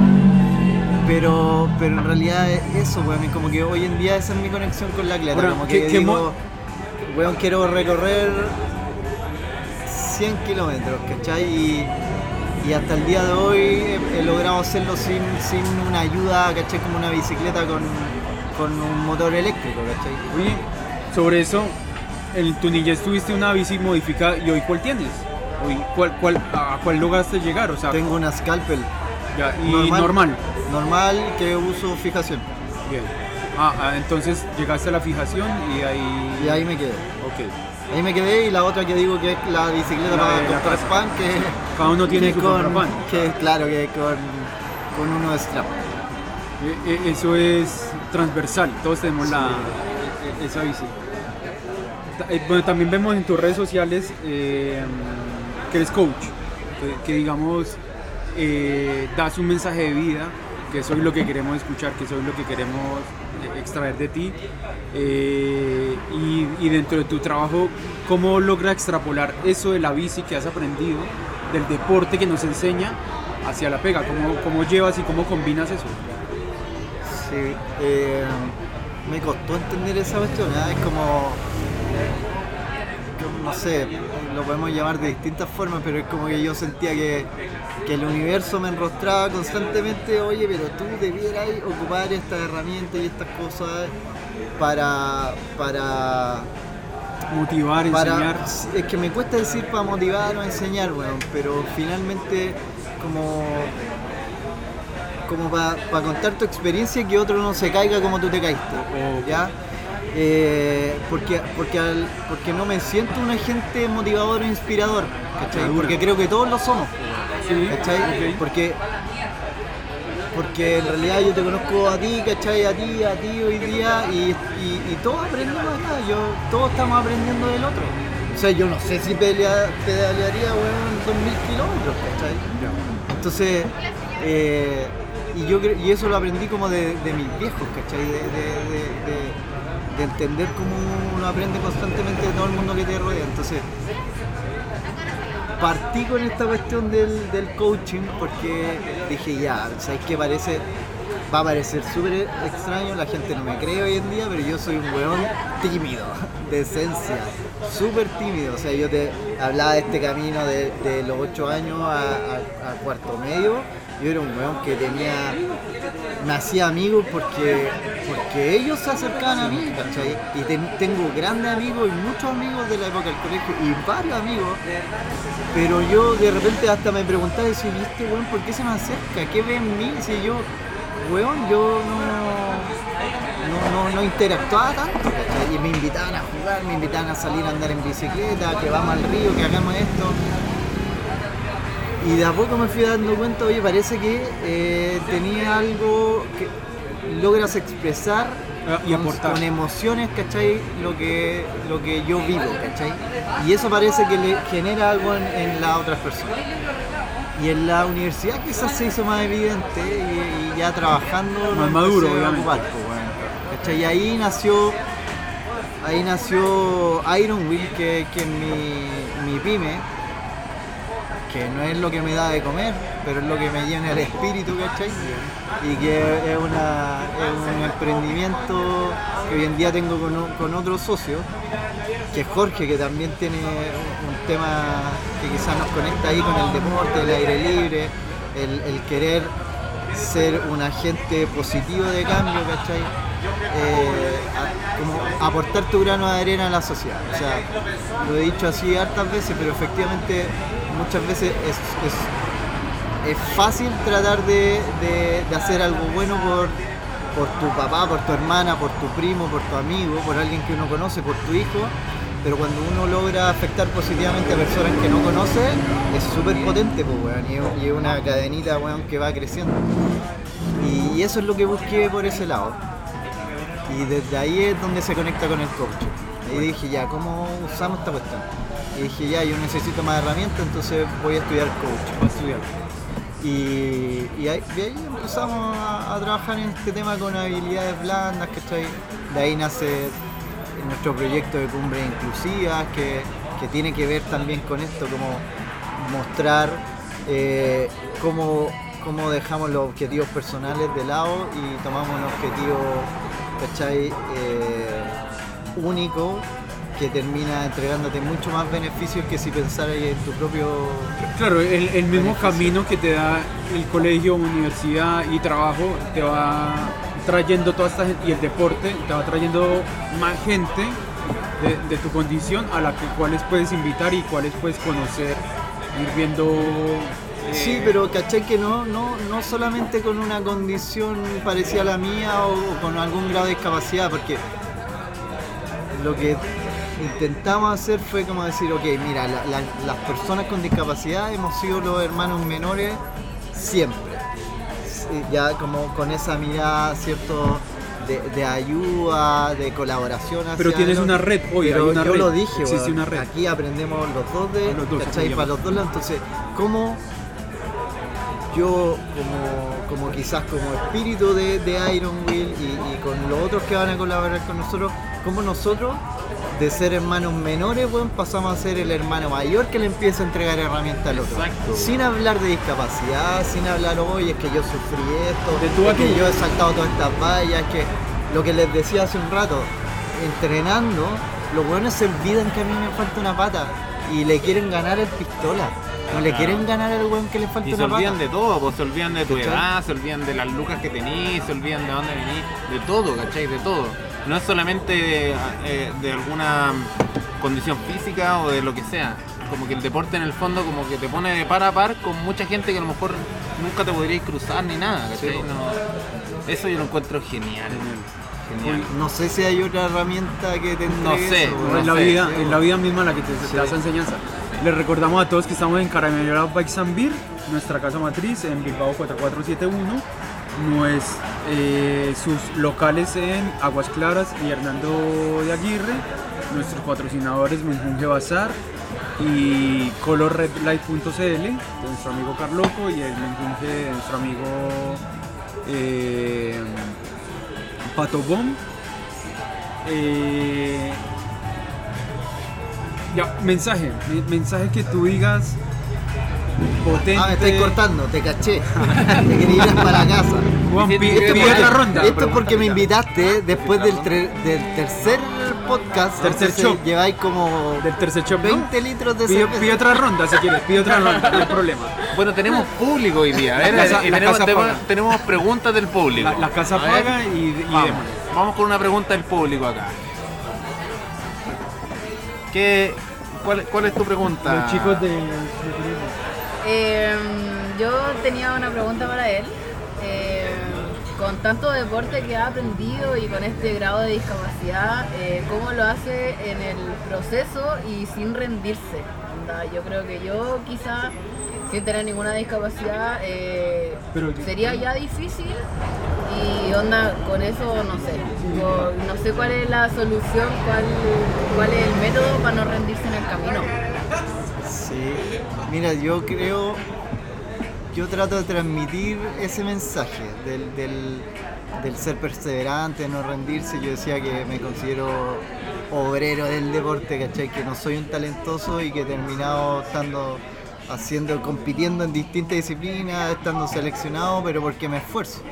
pero en realidad eso, weón, es como que hoy en día esa es mi conexión con la atleta. Bueno, como que digo, weón, quiero recorrer 100 kilómetros, ¿cachai? Y hasta el día de hoy he logrado hacerlo sin una ayuda, ¿cachai? Como una bicicleta con un motor eléctrico, ¿cachai? Oye, sobre eso, en tu niñez tuviste una bici modificada, ¿y hoy cuál tienes? ¿A cuál lograste llegar? O sea, tengo una Scalpel. Ya, y normal. Normal, que uso fijación. Bien. Entonces llegaste a la fijación y ahí... Y ahí me quedé. Ok. Ahí me quedé, y la otra que digo que es la bicicleta para comprar pan, que cada uno tiene que comprar pan. Que claro, que con uno de strap. Eso es transversal, todos tenemos esa bici. Bueno, también vemos en tus redes sociales que eres coach, que digamos das un mensaje de vida, que eso es lo que queremos escuchar, que eso es lo que queremos extraer de ti, y dentro de tu trabajo, ¿cómo logras extrapolar eso de la bici que has aprendido, del deporte que nos enseña, hacia la pega? ¿Cómo llevas y cómo combinas eso? Sí, me costó entender esa cuestión, ¿eh? Es como, no sé, lo podemos llamar de distintas formas, pero es como que yo sentía que el universo me enrostraba constantemente, oye, pero tú debieras ocupar estas herramientas y estas cosas para motivar, enseñar. Es que me cuesta decir para motivar o enseñar, bueno, pero finalmente como para contar tu experiencia y que otro no se caiga como tú te caíste, ¿ya? Porque no me siento un agente motivador o inspirador, ¿cachai? Porque creo que todos lo somos, ¿cachai? Okay. Porque en realidad yo te conozco a ti, ¿cachai? A ti hoy día, y todos aprendemos acá, todos estamos aprendiendo del otro. O sea, yo no sé si pedalearía, 2000 kilómetros, ¿cachai? Entonces, y eso lo aprendí como de mis viejos, ¿cachai? De entender cómo uno aprende constantemente de todo el mundo que te rodea. Entonces, partí con esta cuestión del coaching porque dije, ya, ¿sabes qué? Va a parecer súper extraño, la gente no me cree hoy en día, pero yo soy un weón tímido, de esencia, súper tímido. O sea, yo te hablaba de este camino de los 8 años a cuarto medio. Yo era un weón que tenía me hacía amigos porque ellos se acercaban a mí, ¿cachai? Y tengo grandes amigos y muchos amigos de la época del colegio y varios amigos, pero yo de repente hasta me preguntaba, si viste, weón, ¿por qué se me acerca? ¿Qué ve en mí? Si yo, weón, yo no interactuaba tanto, ¿cachai? Y me invitaban a jugar, me invitaban a salir a andar en bicicleta, que vamos al río, que hagamos esto. Y de a poco me fui dando cuenta, oye, parece que tenía algo que logras expresar y aportar con emociones, ¿cachai? Lo que yo vivo, ¿cachai? Y eso parece que le genera algo en las otras personas. Y en la universidad quizás se hizo más evidente y ya trabajando más maduro, obviamente. Ocupar, ¿cachai? Y ahí nació Iron Will, que es mi pyme, que no es lo que me da de comer, pero es lo que me llena el espíritu, ¿cachai? Y que es un emprendimiento que hoy en día tengo con otro socio, que es Jorge, que también tiene un tema que quizás nos conecta ahí con el deporte, el aire libre, el querer ser un agente positivo de cambio, ¿cachai? Como aportar tu grano de arena a la sociedad. O sea, lo he dicho así hartas veces, pero efectivamente muchas veces es fácil tratar de hacer algo bueno por tu papá, por tu hermana, por tu primo, por tu amigo, por alguien que uno conoce, por tu hijo, pero cuando uno logra afectar positivamente a personas que no conoce, es súper potente, pues, weón, y es una cadenita, weón, que va creciendo. Y eso es lo que busqué por ese lado. Y desde ahí es donde se conecta con el coach. Ahí dije, ya, ¿cómo usamos esta cuestión? Y dije, ya, yo necesito más herramientas, entonces voy a estudiar coach, voy a estudiar. Y ahí empezamos a trabajar en este tema con habilidades blandas, ¿cachai? De ahí nace nuestro proyecto de Cumbres Inclusivas, que tiene que ver también con esto, como mostrar cómo dejamos los objetivos personales de lado y tomamos un objetivo, ¿cachai? Único, que termina entregándote mucho más beneficios que si pensaras en tu propio... Claro, el mismo beneficio. camino que te da el colegio, universidad y trabajo te va trayendo toda esta gente, y el deporte te va trayendo más gente de tu condición a la que cuales puedes invitar y cuales puedes conocer, ir viendo... Sí, pero caché que no solamente con una condición parecida a la mía o con algún grado de discapacidad, porque lo que intentamos hacer fue como decir, ok, mira, las personas con discapacidad hemos sido los hermanos menores siempre, ya como con esa mirada, ¿cierto?, de ayuda, de colaboración hacia... Pero tienes una red hoy, pero hay una yo red. lo dije, Existe bueno, una red. aquí aprendemos los dos ¿cachai? apoyamos. Para los dos lados, entonces, ¿cómo yo como quizás como espíritu de Iron Will y con los otros que van a colaborar con nosotros, como nosotros de ser hermanos menores, bueno, pasamos a ser el hermano mayor que le empieza a entregar herramientas al otro? Exacto. Sin hablar de discapacidad, sin hablar, oye, es que yo sufrí esto, De tú a es que tú. yo he saltado todas estas vallas, que lo que les decía hace un rato, entrenando, los buenos se olvidan que a mí me falta una pata y le quieren ganar el pistola. No le quieren ganar al weón que le falta Y se una olvidan pata. de todo, pues se olvidan de tu ¿Cachai? edad, se olvidan de las lucas que tenís, se olvidan de dónde venís, de todo, ¿cachai? De todo. No es solamente de alguna condición física o de lo que sea. Como que el deporte en el fondo como que te pone de par a par con mucha gente que a lo mejor nunca te podrías cruzar ni nada, ¿cachai? Sí. No, eso yo lo encuentro genial. Genial. No sé si hay otra herramienta que te entregue No sé, eso, No, weón. es la sé, vida, sí, es la vida misma la que te da esa enseñanza. Les recordamos a todos que estamos en Caramelera Bikes and Beer, nuestra casa matriz en Bilbao 4471. Sus locales en Aguas Claras y Hernando de Aguirre, nuestros patrocinadores Menjunje Bazar y colorredlight.cl de nuestro amigo Carloco y el Menjunje de nuestro amigo Pato Bomb. Ya, mensaje que tú digas, potente. me estáis cortando, te caché. Te quería ir para casa. Juan, Sí, pide sí, otra ronda. Esto es porque me invitaste después del tercer podcast. Tercer entonces shot. Lleváis como Del tercer shot, 20 litros de Pide cerveza. otra ronda si quieres, pide otra ronda, no hay problema. Bueno, tenemos público hoy día. A ver, La casa- y la tenemos, casa paga. tenemos preguntas del público. La casa A ver, paga y Vamos, démosle. vamos con una pregunta del público acá. ¿Cuál es tu pregunta? Los chicos de Yo tenía una pregunta para él. Con tanto deporte que ha aprendido y con este grado de discapacidad, ¿cómo lo hace en el proceso y sin rendirse? Onda, yo creo que yo quizá sin tener ninguna discapacidad Pero- sería ya difícil y onda con eso no sé. No sé cuál es la solución, cuál es el método para no rendirse en el camino. Sí, mira, yo trato de transmitir ese mensaje del ser perseverante, de no rendirse. Yo decía que me considero obrero del deporte, ¿cachai? Que no soy un talentoso y que he terminado compitiendo en distintas disciplinas, estando seleccionado, pero porque me esfuerzo.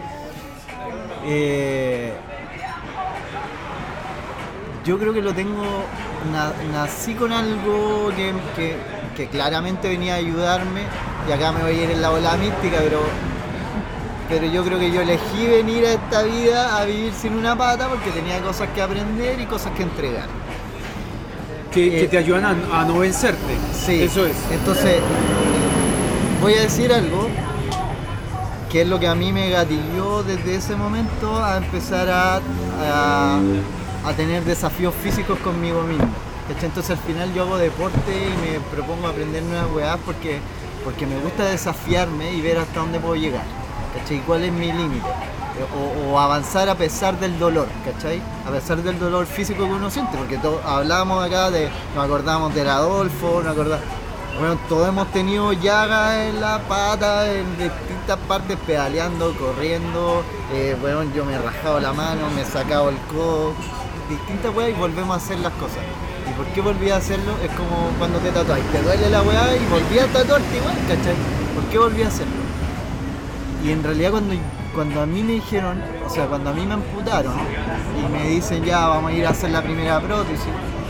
Yo creo que lo tengo, nací con algo que claramente venía a ayudarme, y acá me voy a ir en la bola mística, pero yo creo que yo elegí venir a esta vida a vivir sin una pata porque tenía cosas que aprender y cosas que entregar. que te ayudan a no vencerte. Sí, Eso es. Entonces, voy a decir algo que es lo que a mí me gatilló desde ese momento a empezar a tener desafíos físicos conmigo mismo. ¿Cachai? Entonces al final yo hago deporte y me propongo aprender nuevas weas porque me gusta desafiarme y ver hasta dónde puedo llegar. ¿Cachai? ¿Cuál es mi límite? O avanzar a pesar del dolor, ¿cachai? A pesar del dolor físico que uno siente, porque hablábamos acá nos acordamos del Adolfo, bueno, todos hemos tenido llagas en la pata, en distintas partes, pedaleando, corriendo, bueno, yo me he rajado la mano, me he sacado el codo, distintas weas y volvemos a hacer las cosas. ¿Y por qué volví a hacerlo? Es como cuando te tatuáis, te duele la weá y volví a tatuarte igual, ¿cachai? ¿Por qué volví a hacerlo? Y en realidad cuando a mí me dijeron, o sea, cuando a mí me amputaron y me dicen ya vamos a ir a hacer la primera prótesis,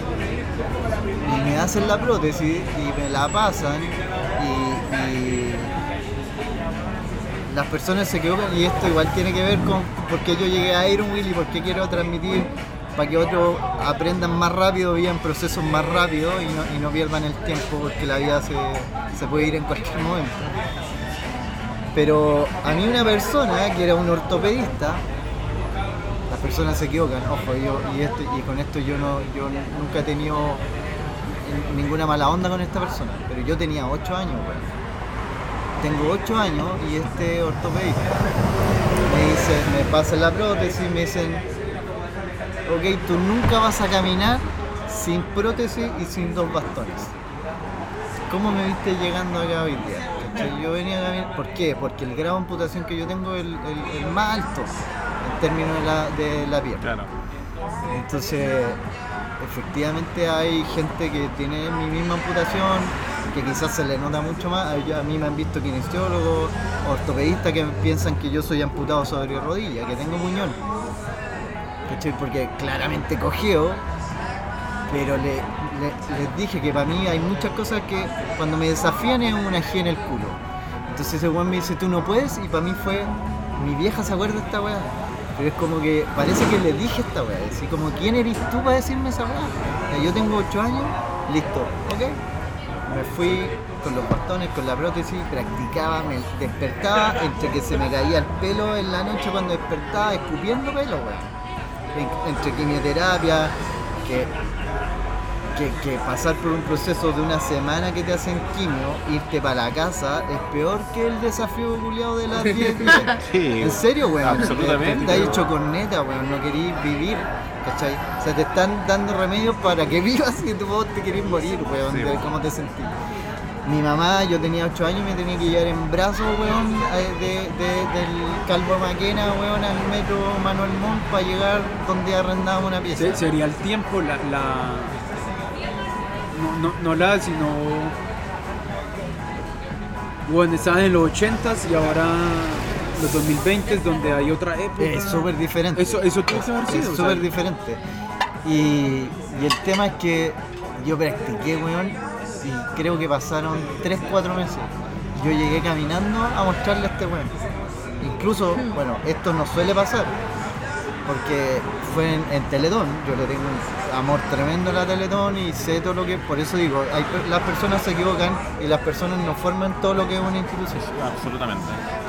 y me hacen la prótesis y me la pasan y las personas se equivocan, y esto igual tiene que ver con por qué yo llegué a Ironwheel y por qué quiero transmitir para que otros aprendan más rápido, vivan procesos más rápido y no pierdan el tiempo, porque la vida se puede ir en cualquier momento. Pero a mí una persona que era un ortopedista, las personas se equivocan, ojo, y con esto yo nunca he tenido ninguna mala onda con esta persona, pero yo tenía 8 años, bueno. Tengo 8 años y este ortopedista me pasan la prótesis y me dicen, ok, tú nunca vas a caminar sin prótesis y sin 2 bastones. ¿Cómo me viste llegando acá hoy día? ¿Cachai? Yo venía a caminar, ¿por qué? Porque el grado de amputación que yo tengo es el más alto en términos de la pierna. Claro. Entonces, efectivamente hay gente que tiene mi misma amputación, que quizás se le nota mucho más. A mí me han visto kinesiólogos, ortopedistas que piensan que yo soy amputado sobre rodilla, que tengo muñón. ¿Cachai? Porque claramente cojeo, pero les dije que para mí hay muchas cosas que cuando me desafían es una G en el culo. Entonces ese weón me dice, tú no puedes, y para mí fue, mi vieja se acuerda de esta weá. Pero es como que parece que le dije esta weá, así como, ¿quién eres tú para decirme esa weá? Yo tengo 8 años, listo, ok. Me fui con los bastones, con la prótesis, practicaba, me despertaba, entre que se me caía el pelo en la noche cuando despertaba, escupiendo pelo, weá. Entre quimioterapia, que pasar por un proceso de una semana que te hacen quimio, irte para la casa, es peor que el desafío culiado de las 10 días. Sí, ¿En serio, weón? absolutamente. Te has hecho corneta, weón, no querís vivir, ¿cachai? O sea, te están dando remedios para que vivas y vos te querés morir, weón, Sí. de cómo te sentís. Mi mamá, yo tenía 8 años y me tenía que llevar en brazos, weón, del Calvo Maquena, weón, al metro Manuel Montt para llegar donde arrendábamos una pieza. Sería el tiempo, no la, sino Bueno, estaban en los 80s y ahora los 2020 donde hay otra época. Es súper diferente. Eso tuvo que haber sido. Es súper diferente. Y el tema es que yo practiqué, weón, y creo que pasaron 3-4 meses. Yo llegué caminando a mostrarle a este weón. Incluso, bueno, esto no suele pasar, porque fue en Teletón. Yo le tengo un amor tremendo a la Teletón y sé todo lo que... Por eso digo, las personas se equivocan y las personas no forman todo lo que es una institución. Absolutamente.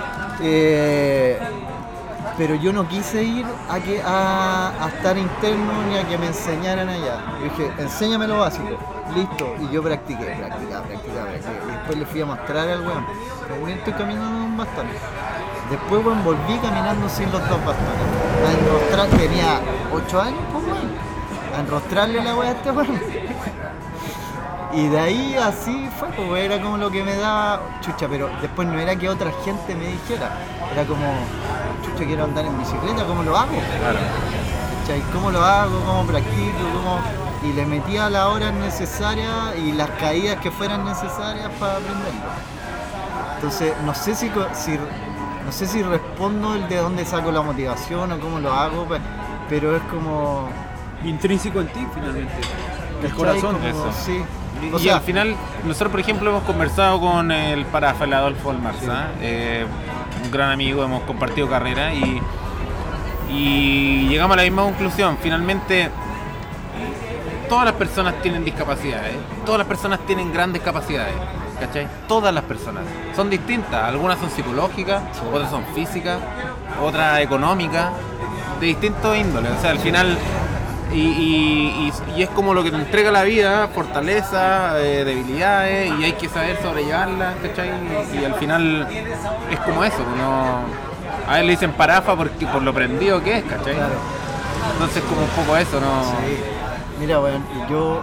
Pero yo no quise ir a estar interno ni a que me enseñaran allá. Yo dije, enséñame lo básico, listo. Y yo practiqué. Y después le fui a mostrar al weón. Pero weón, estoy caminando un bastón. Después weón, volví caminando sin los dos bastones. A enrostrar, tenía 8 años, pues weón. A enrostrarle la weá a este weón. Y de ahí así fue, pues era como lo que me daba chucha, pero después no era que otra gente me dijera, era como, chucha, quiero andar en bicicleta, ¿cómo lo hago? Claro. ¿Cachai? ¿Cómo lo hago? ¿Cómo practico? Y le metía las horas necesarias y las caídas que fueran necesarias para aprenderlo. Entonces, no sé si respondo el de dónde saco la motivación o cómo lo hago, pero es como... intrínseco en ti, finalmente. El ¿cachai? corazón. Como, eso. Sí. Y al final, nosotros por ejemplo hemos conversado con el parafa, el Adolfo Almarza, un gran amigo, hemos compartido carrera y llegamos a la misma conclusión. Finalmente, todas las personas tienen discapacidades, todas las personas tienen grandes capacidades, ¿cachai? Todas las personas son distintas, algunas son psicológicas, otras son físicas, otras económicas, de distintos índoles. O sea, al final... Y es como lo que te entrega la vida, fortaleza, debilidades, y hay que saber sobrellevarlas, ¿cachai? Y al final es como eso, a él le dicen parafa porque por lo prendido que es, ¿cachai? Claro. Entonces como un poco eso, ¿no? Sí. Mira, bueno, yo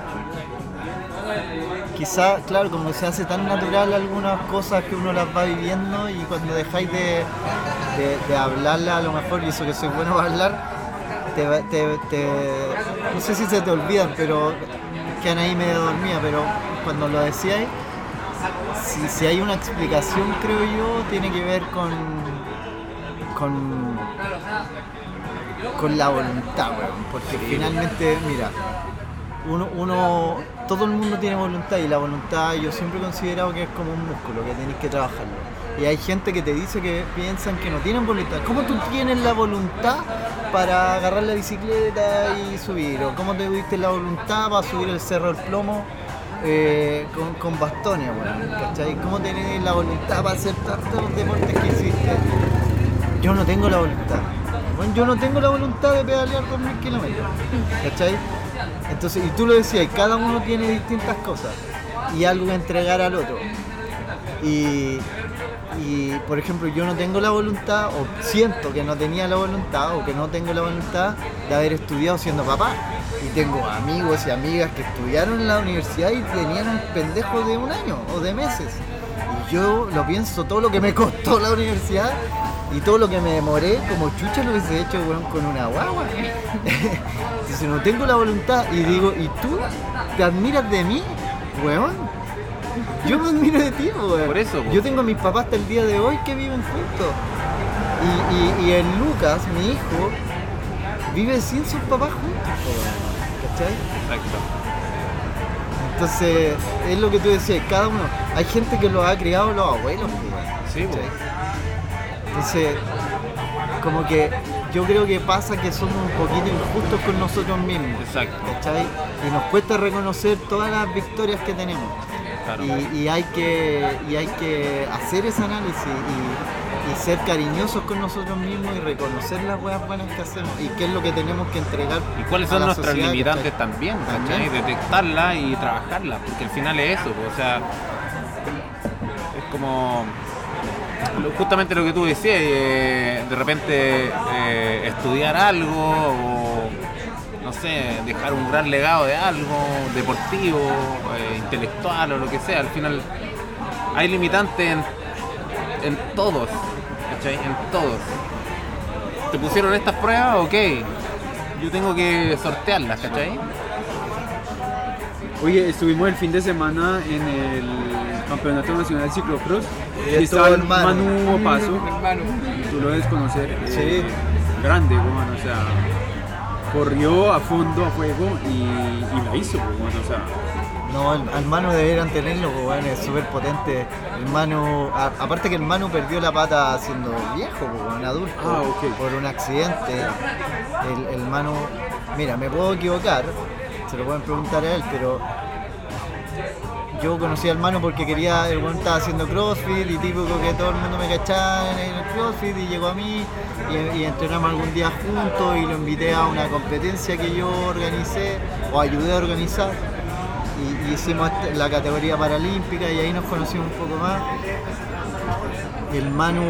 quizá, claro, como se hace tan natural algunas cosas que uno las va viviendo y cuando dejáis de hablarlas, a lo mejor, y eso que soy bueno para hablar, no sé si se te olvidan, pero quedan ahí medio dormida, pero cuando lo decíais, si hay una explicación, creo yo, tiene que ver con la voluntad, weón, porque finalmente, mira, todo el mundo tiene voluntad y la voluntad yo siempre he considerado que es como un músculo, que tenéis que trabajarlo. Y hay gente que te dice que piensan que no tienen voluntad. ¿Cómo tú tienes la voluntad para agarrar la bicicleta y subir? ¿O cómo te tuviste la voluntad para subir el Cerro del Plomo con bastones, bueno, ¿cachai? ¿Cómo tenés la voluntad para hacer tantos deportes que hiciste? Yo no tengo la voluntad. Bueno, yo no tengo la voluntad de pedalear 2000 kilómetros, ¿cachai? Entonces, y tú lo decías, cada uno tiene distintas cosas y algo que entregar al otro. Y por ejemplo, yo no tengo la voluntad, o siento que no tenía la voluntad, o que no tengo la voluntad de haber estudiado siendo papá. Y tengo amigos y amigas que estudiaron en la universidad y tenían un pendejo de 1 año o de meses. Y yo lo pienso, todo lo que me costó la universidad y todo lo que me demoré, como chucha lo hubiese hecho, weón, con una guagua. Entonces no tengo la voluntad y digo, ¿y tú te admiras de mí, weón? Yo me admiro de ti, weón. Por eso, yo tengo a mis papás hasta el día de hoy que viven juntos. Y el Lucas, mi hijo, vive sin sus papás juntos, weón. ¿Cachai? Exacto. Entonces, es lo que tú decías, cada uno. Hay gente que lo ha criado los abuelos, weón. Sí, ¿Cachai? Entonces, como que yo creo que pasa que somos un poquito injustos con nosotros mismos. Exacto. ¿Cachai? Y nos cuesta reconocer todas las victorias que tenemos. Claro. Y hay que hacer ese análisis y ser cariñosos con nosotros mismos y reconocer las weas buenas que hacemos y qué es lo que tenemos que entregar. Y cuáles a son la nuestras sociedad, limitantes ¿cachai? también, ¿cachai? Detectarlas y trabajarlas, porque al final es eso, o sea, es como justamente lo que tú decías, de repente estudiar algo o no sé, dejar un gran legado de algo deportivo, intelectual o lo que sea. Al final hay limitantes en todos, ¿cachai? En todos. ¿Te pusieron estas pruebas? Ok, yo tengo que sortearlas, ¿cachai? Oye, estuvimos el fin de semana en el Campeonato Nacional de Ciclocross. Y Y estaba el estuvo el Manu. Manu Opaso, Hermano. tú lo debes conocer. Sí. Grande, weón, o sea, corrió a fondo, a fuego y la hizo, weón, o sea. No, al Manu deberían tenerlo, pues, bueno, es súper potente. El Manu, aparte que el Manu perdió la pata siendo viejo, pues, bueno, adulto, Ok. por un accidente. El Manu, mira, me puedo equivocar, se lo pueden preguntar a él, pero yo conocí al Manu porque quería, el weón estaba haciendo CrossFit y típico que todo el mundo me cachaba en el CrossFit y llegó a mí y entrenamos algún día juntos y lo invité a una competencia que yo organicé o ayudé a organizar. Y hicimos la categoría paralímpica y ahí nos conocimos un poco más. El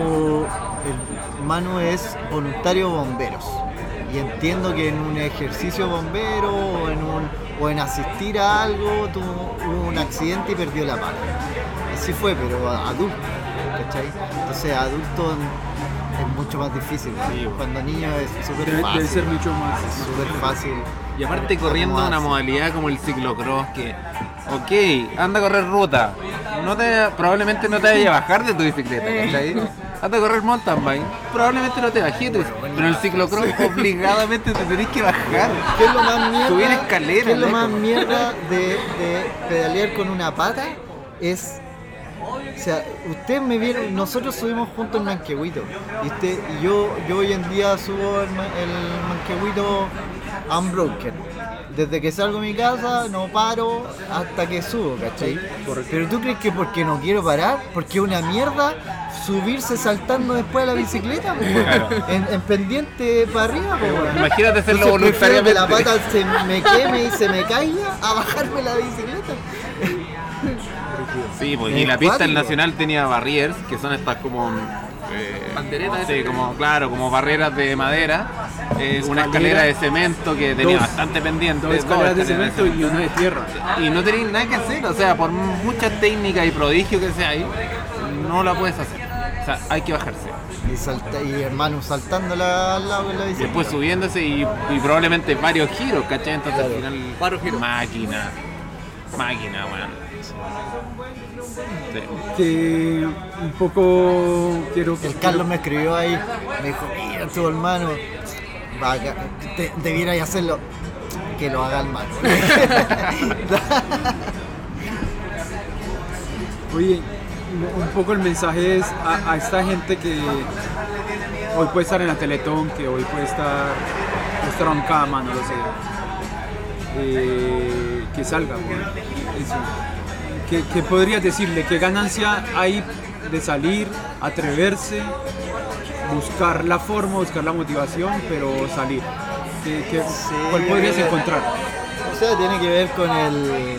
Manu es voluntario bomberos y entiendo que en un ejercicio bombero o en asistir a algo hubo un accidente y perdió la pata. Así fue, pero adulto, ¿cachai? Entonces adulto es mucho más difícil. Sí, Cuando niño es súper Debe fácil. ser mucho más. Es súper fácil. Y aparte corriendo ¿Cómo una hace? modalidad como el ciclocross que, ok, anda a correr ruta, probablemente no te vayas a bajar de tu bicicleta, ¿cachai? Anda a correr mountain bike, probablemente no te bajes de tu bicicleta, pero en el ciclocross obligadamente te tenés que bajar. ¿Qué es lo más mierda? Subir escaleras, ¿Qué es lo más lejos. mierda de pedalear con una pata? O sea, ustedes me vieron, nosotros subimos juntos el Manquehuito. Y yo hoy en día subo el Manquehuito unbroken. Desde que salgo de mi casa no paro hasta que subo, ¿cachai? Pero tú crees que porque no quiero parar, porque es una mierda subirse saltando después de la bicicleta, po, Claro. en pendiente para arriba, po, weón. Imagínate hacerlo Entonces prefiero que la voluntariamente. pata se me queme y se me caiga a bajarme la bicicleta. Sí, pues, Es y la pista del cuático. Nacional tenía barriers, que son estas como... Banderetas, sí, esas. como, claro, como barreras de madera, una escalera de cemento que tenía Dos- bastante pendiente. Dos escaleras de escaleras cemento y una de tierra. Y no tenéis nada que hacer, o sea, por mucha técnica y prodigio que sea ahí, no la puedes hacer. O sea, hay que bajarse. Y hermano saltando al lado de la Y bicicleta. después subiéndose y probablemente varios giros, ¿cachai? Entonces Claro. al final, Varios giros. máquina, weón. Sí. Que un poco quiero que El Carlos me escribió ahí, me dijo, mira tu hermano, debierais hacerlo, que lo haga el mano. Oye, un poco el mensaje es a esta gente que hoy puede estar en la Teletón, que hoy puede estar en cama, no lo sé. Que salga, bueno, eso. ¿Qué podrías decirle? ¿Qué ganancia hay de salir, atreverse, buscar la forma, buscar la motivación, pero salir? ¿Cuál podrías encontrar? O sea, tiene que ver con el...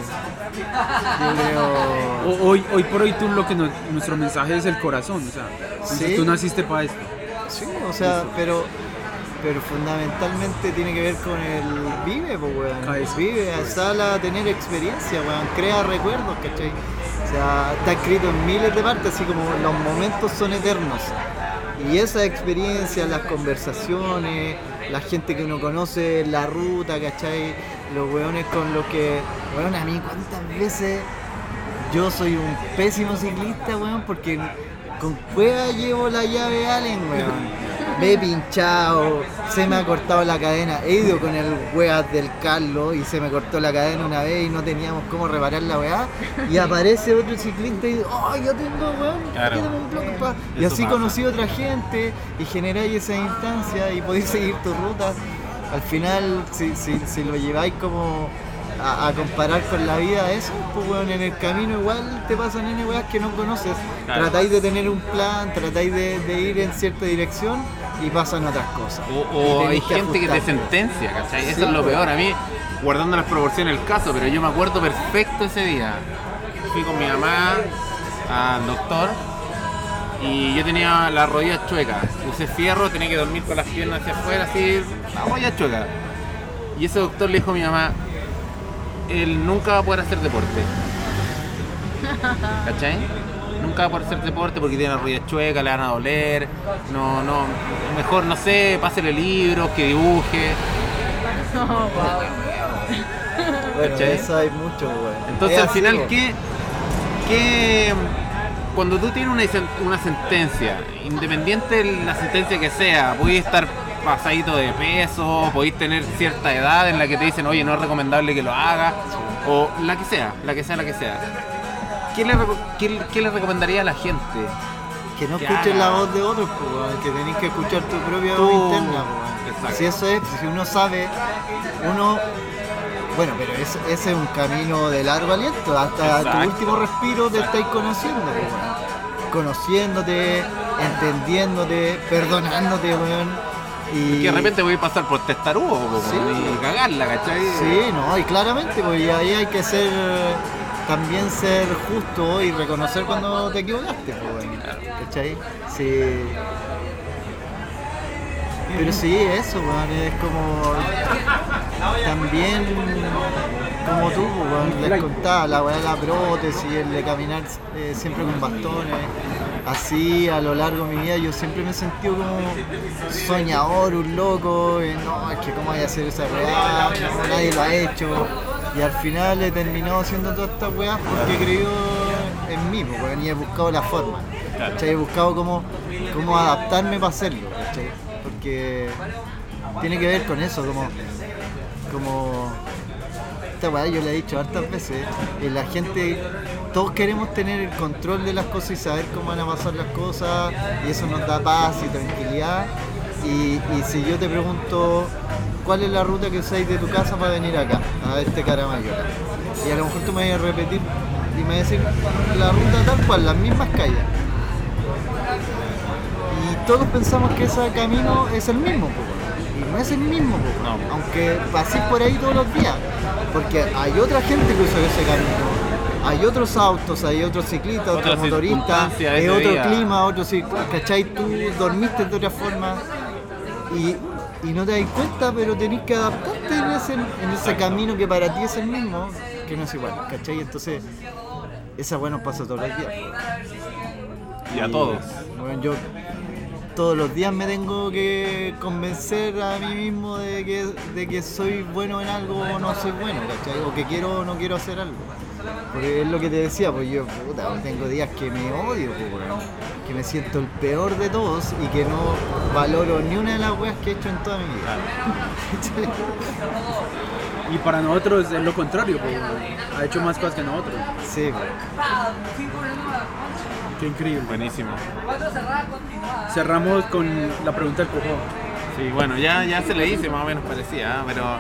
Yo creo... Hoy por hoy tú lo que nuestro mensaje es el corazón, o sea, entonces Sí. tú naciste para esto. Sí, o sea, pero fundamentalmente tiene que ver con el vive, pues, weón. Cabeza. Vive, sal a tener experiencia, weón. Crea recuerdos, ¿cachai? O sea, está escrito en miles de partes, así como los momentos son eternos. Y esa experiencia, las conversaciones, la gente que uno conoce en la ruta, ¿cachai? Los weones con los que... Weón, a mí cuántas veces yo soy un pésimo ciclista, weón, porque con cueva llevo la llave Allen, weón. Me he pinchado, se me ha cortado la cadena. He ido con el weas del Carlos y se me cortó la cadena una vez y no teníamos cómo reparar la weá. Y aparece otro ciclista y dice, oh, yo tengo, weón, Claro. yo tengo un bloque pa-". Y Eso así pasa. conocí a otra gente y generáis esa instancia y podéis seguir tu ruta. Al final, si lo lleváis como a comparar con la vida, eso, pues weón, en el camino igual te pasan N weas que no conoces. Claro. Tratáis de tener un plan, tratáis de ir en cierta dirección y pasan otras cosas. O Y hay tenéis que gente que te ajustar. sentencia, ¿cachai? Eso Sí, es lo pues. peor. A mí, guardando las proporciones del caso, pero yo me acuerdo perfecto ese día. Fui con mi mamá al doctor y yo tenía las rodillas chuecas. Usé fierro, tenía que dormir con las piernas hacia afuera, así, la rodilla chueca. Y ese doctor le dijo a mi mamá, él nunca va a poder hacer deporte. ¿Cachai? Nunca va a poder hacer deporte porque tiene las rodillas chuecas, le van a doler. No, mejor, no sé, pásele libros, que dibuje. No, wow. Bueno, ¿cachai? eso hay mucho, weón. Entonces Es al así, final, weón. Cuando tú tienes una sentencia, independiente de la sentencia que sea, podéis estar pasadito de peso, podéis tener cierta edad en la que te dicen, oye, no es recomendable que lo hagas, o la que sea. ¿Qué le recomendaría a la gente? Que no Que escuches haga. la voz de otros, pues, weón, que tenés que escuchar tu propia voz interna. Pues, weón. Exacto. Si eso es, si uno sabe, bueno, pero ese es un camino de largo aliento, hasta Exacto. tu último respiro te estáis conociendo, pues, weón. Conociéndote, entendiéndote, perdonándote, weón. Y Que de repente voy a pasar por testarudo Sí. y cagarla, ¿cachai? sí, no, y claramente, pues y ahí hay que también ser justo y reconocer cuando te equivocaste, pues, weón. ¿Cachai? Sí. Pero sí, eso, weón, es como también como tú, pues, weón, les contaba, la weá de la prótesis, el de caminar siempre con bastones. Así a lo largo de mi vida yo siempre me he sentido como soñador, un loco, no, es que cómo voy a hacer esa weá, no, nadie lo ha hecho. Y al final he terminado haciendo todas estas weas porque he creído en mí, pues, weón, y he buscado la forma. ¿Cachai? He buscado cómo adaptarme para hacerlo, ¿cachai? Porque tiene que ver con eso, como esta weá yo le he dicho hartas veces, la gente, todos queremos tener el control de las cosas y saber cómo van a pasar las cosas, y eso nos da paz y tranquilidad. Y si yo te pregunto cuál es la ruta que usáis de tu casa para venir acá, a este Caramayola, y a lo mejor tú me vas a repetir y me vas a decir la ruta tal cual, las mismas calles. Y todos pensamos que ese camino es el mismo, po, y no es el mismo, po, No. aunque paséis por ahí todos los días, porque hay otra gente que usa ese camino, hay otros autos, hay otros ciclistas, Otras otros motoristas, circunstancias es ese otro día. clima, ¿cachai? Tú dormiste de otra forma y no te das cuenta, pero tenés que adaptarte en ese camino que para ti es el mismo, que no es igual, ¿cachai? Entonces, esa weá nos pasa todos los días. Y a todos. Bueno, yo todos los días me tengo que convencer a mí mismo de que soy bueno en algo o no soy bueno, ¿cachai? O que quiero o no quiero hacer algo. Porque es lo que te decía, pues yo, puta, tengo días que me odio, pues, weón, que me siento el peor de todos y que no valoro ni una de las weas que he hecho en toda mi vida. Y para nosotros es lo contrario, pues, ha hecho más cosas que nosotros. Sí, pues. Qué increíble. Buenísimo. Cerramos con la pregunta del cojo. Sí, bueno, ya se le hice, más o menos parecía, ¿eh? Pero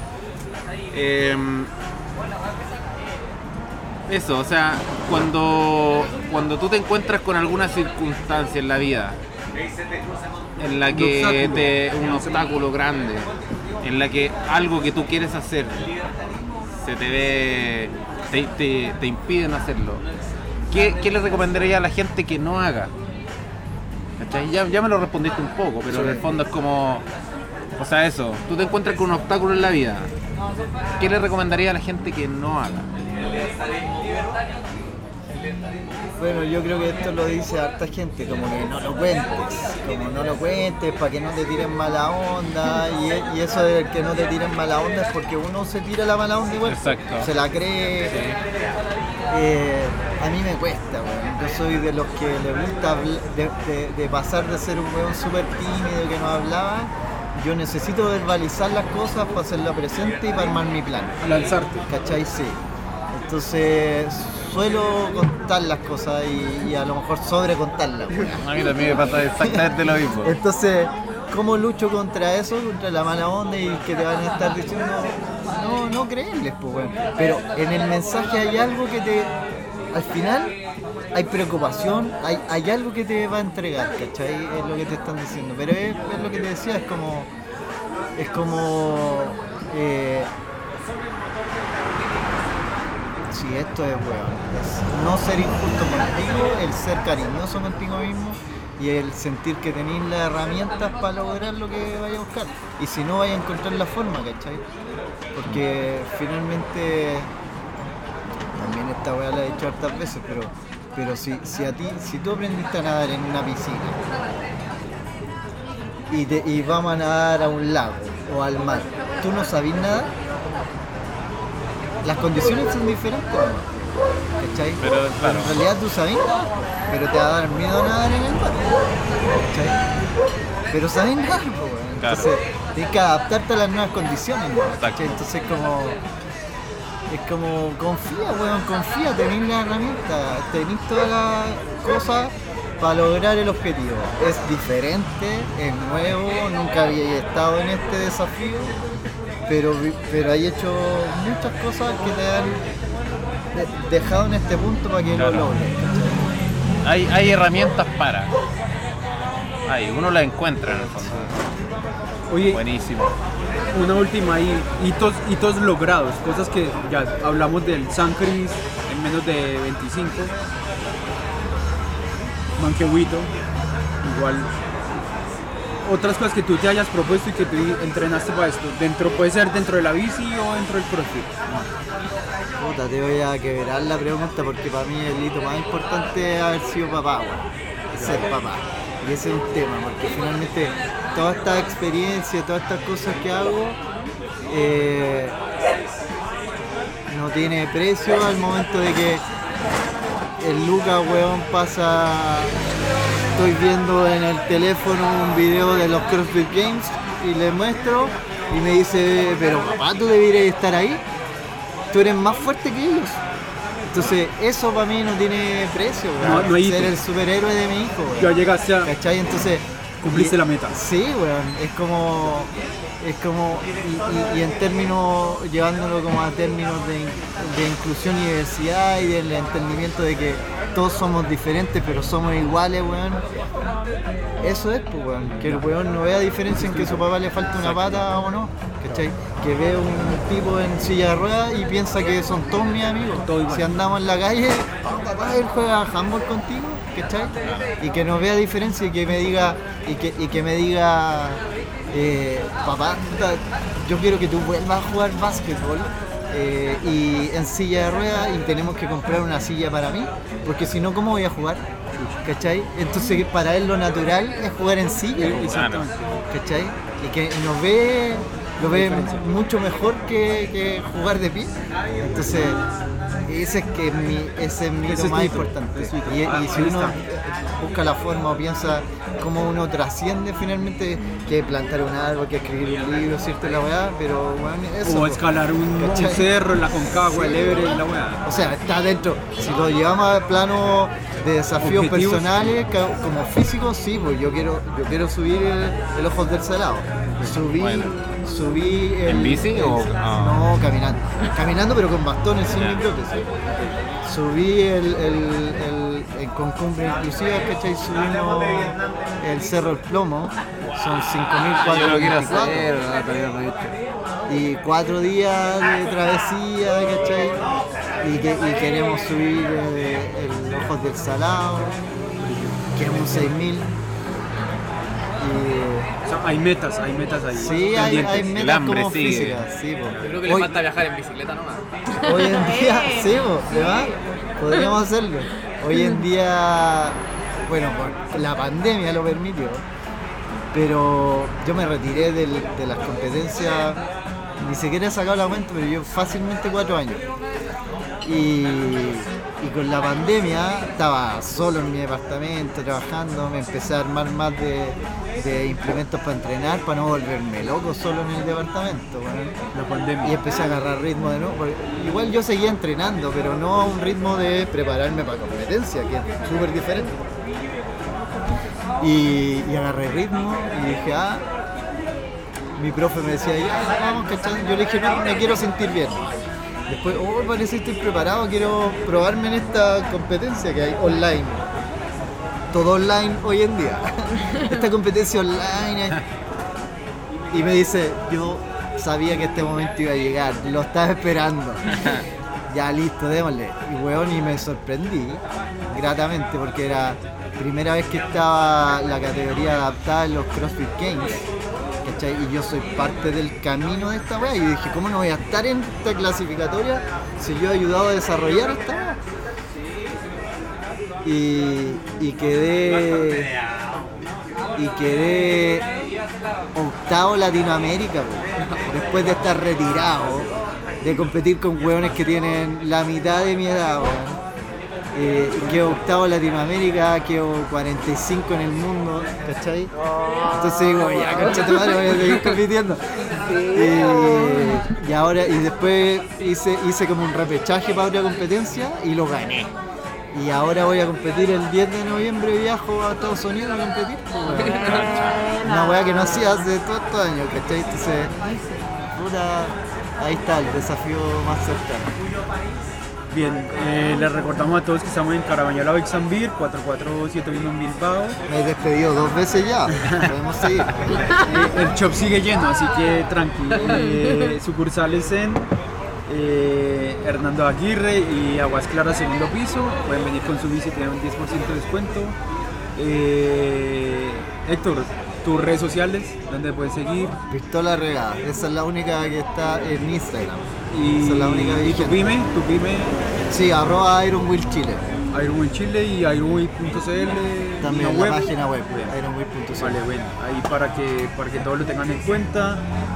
eso, o sea, cuando tú te encuentras con alguna circunstancia en la vida en la que un obstáculo grande, en la que algo que tú quieres hacer se te ve, te impiden hacerlo, ¿qué le recomendaría a la gente que no haga? ¿Cachai? Ya me lo respondiste un poco, pero en el fondo es como, o sea, eso, tú te encuentras con un obstáculo en la vida, ¿qué le recomendaría a la gente que no haga? Bueno, yo creo que esto lo dice harta gente, como que no lo cuentes para que no te tiren mala onda, y eso de que no te tiren mala onda es porque uno se tira la mala onda igual, Exacto. se la cree. A mí me cuesta, weón. Yo soy de los que le gusta de pasar de ser un weón súper tímido que no hablaba. Yo necesito verbalizar las cosas para hacerla presente y para armar mi plan. Lanzarte. ¿Cachai? Sí. Entonces suelo contar las cosas y a lo mejor sobre contarlas. A mí también me pasa exactamente lo mismo. Entonces, ¿cómo lucho contra eso? Contra la mala onda y que te van a estar diciendo no creerles, pues, weón. Pero en el mensaje hay algo que al final hay preocupación, hay algo que te va a entregar, ¿cachai? Es lo que te están diciendo. Pero es lo que te decía, es como si esto es, weón, es no ser injusto contigo, el ser cariñoso contigo mismo y el sentir que tenéis las herramientas para lograr lo que vayas a buscar. Y si no, vayas a encontrar la forma, ¿cachai? Porque finalmente, también esta weá la he dicho hartas veces, pero si tú aprendiste a nadar en una piscina y vamos a nadar a un lago o al mar, ¿tú no sabís nadar? Las condiciones son diferentes, ¿no? ¿cachai? Pero, claro. En realidad tú sabes nadar, pero te va a dar miedo nadar en el mar, ¿cachai? Pero sabes nadar, po, weón. Claro. Entonces tienes que adaptarte a las nuevas condiciones, ¿no? Exacto. ¿Cachai? Entonces es como confía, weón, confía, tenés la herramienta, tenés todas las cosas para lograr el objetivo. Es diferente, es nuevo, nunca había estado en este desafío, pero hay hecho muchas cosas que te han dejado en este punto para que Claro. lo logres, ¿cachai? Hay herramientas para. Uno las encuentra en el fondo. Oye, Buenísimo. una última ahí, hitos logrados, cosas que ya hablamos del San Cris en menos de 25, Manquehuito, igual. Otras cosas que tú te hayas propuesto y que tú entrenaste para esto, puede ser dentro de la bici o dentro del CrossFit. Puta, te voy a quebrar la pregunta porque para mí el hito más importante es haber sido papá, weón. Ser papá. Y ese es un tema, porque finalmente toda esta experiencia, todas estas cosas que hago, no tiene precio al momento de que el Lucas, weón, pasa. Estoy viendo en el teléfono un video de los CrossFit Games y le muestro y me dice, pero papá, tú deberías estar ahí, tú eres más fuerte que ellos. Entonces eso para mí no tiene precio, weón. No hay Ser hito. el superhéroe de mi hijo, Ya weón. llegaste a... ¿Cachai? Entonces Cumpliste la meta. Sí, weón, es como y en términos, llevándolo como a términos de inclusión y diversidad y del entendimiento de que todos somos diferentes pero somos iguales, weón. Eso es, pues, weón, que el weón no vea diferencia en que a su papá le falta una pata o no, ¿cachai? Que ve un tipo en silla de ruedas y piensa que son todos mis amigos. Todo igual. Si andamos en la calle, papá, él juega handball contigo, ¿cachai? Y que no vea diferencia y que me diga, papá, puta, yo quiero que tú vuelvas a jugar básquetbol y en silla de ruedas y tenemos que comprar una silla para mí, porque si no, ¿cómo voy a jugar? ¿Cachai? Entonces para él lo natural es jugar en silla, Exactamente. ¿cachai? Y que lo ve mucho mejor que jugar de pie. Entonces, ese es mi Ese hito es más tu hito, importante. es tu hito. Y Ah, si ahí uno está. busca la forma o piensa cómo uno trasciende finalmente, que plantar un árbol, que escribir un libro, ¿cierto? La weá, pero bueno, eso. O escalar un ¿cachai? cerro, la Concagua, el Everest, la weá. O sea, está dentro. Si lo llevamos al plano de desafíos Objetivos. personales, como físicos, sí, pues yo quiero subir el Ojos del Salado. Subí el, ¿En bici o...? No, caminando. Caminando pero con bastones, sin Ya. mi prótesis. Subí con cumbre inclusiva, ¿cachai? Subimos el Cerro El Plomo. Son 5.424. Yo lo quiero hacer, todavía no lo he hecho. Y 4 días de travesía, ¿cachai? Y queremos subir el Ojos del Salado, queremos 6.000. O sea, hay metas ahí. Sí, hay pendientes. metas hambre como sigue. físicas, sí, po. Yo creo que le Hoy- falta viajar en bicicleta nomás. Hoy en día, sí, ¿le va? Podríamos hacerlo. Hoy en día, bueno, por la pandemia lo permitió, pero yo me retiré de las competencias, ni siquiera he sacado la cuenta, pero yo fácilmente 4 años. Y con la pandemia estaba solo en mi departamento trabajando, me empecé a armar más de implementos para entrenar, para no volverme loco solo en el departamento. Bueno. La pandemia. Y empecé a agarrar ritmo de nuevo. Porque igual yo seguía entrenando, pero no a un ritmo de prepararme para competencia, que es súper diferente. Y agarré ritmo y dije, mi profe me decía, ya, vamos, ¿cachai? Yo le dije, no, me quiero sentir bien. Después, parece que estoy preparado, quiero probarme en esta competencia que hay online. Todo online hoy en día. Esta competencia online. Y me dice, yo sabía que este momento iba a llegar, lo estaba esperando. Ya listo, démosle. Y weón, y me sorprendí gratamente porque era primera vez que estaba la categoría adaptada en los CrossFit Games. ¿Cachai? Y yo soy parte del camino de esta weá. Y dije, ¿cómo no voy a estar en esta clasificatoria si yo he ayudado a desarrollar esta weá? Y quedé octavo Latinoamérica, po. Después de estar retirado de competir con hueones que tienen la mitad de mi edad, weón. Quedo octavo en Latinoamérica, quedo 45 en el mundo, ¿cachai? Entonces digo, ya, concha tu madre, voy a seguir compitiendo. Y ahora, y después hice como un repechaje para otra competencia y lo gané. Y ahora voy a competir el 10 de noviembre, viajo a Estados Unidos a competir. Una weá que no hacía hace todos estos años, ¿cachai? Entonces, puta, ahí está el desafío más cercano. Bien, les recordamos a todos que estamos en Carabañola Bikes and Beer, 4471 en Bilbao. Me he despedido 2 veces ya, podemos seguir. El shop sigue lleno, así que tranqui. Sucursales en Hernando Aguirre y Aguas Claras, segundo piso. Pueden venir con su bici, tienen un 10% de descuento. Héctor, tus redes sociales, ¿dónde puedes seguir? Pistola Regada, esa es la única que está en Instagram. Y, esa es la única ¿y tu pyme? Sí, @IronWheelChile. Ironwheel Chile y ironwheel.cl. También en la página web, ironwheel.cl. Vale, bueno, ahí para que todos lo tengan en cuenta.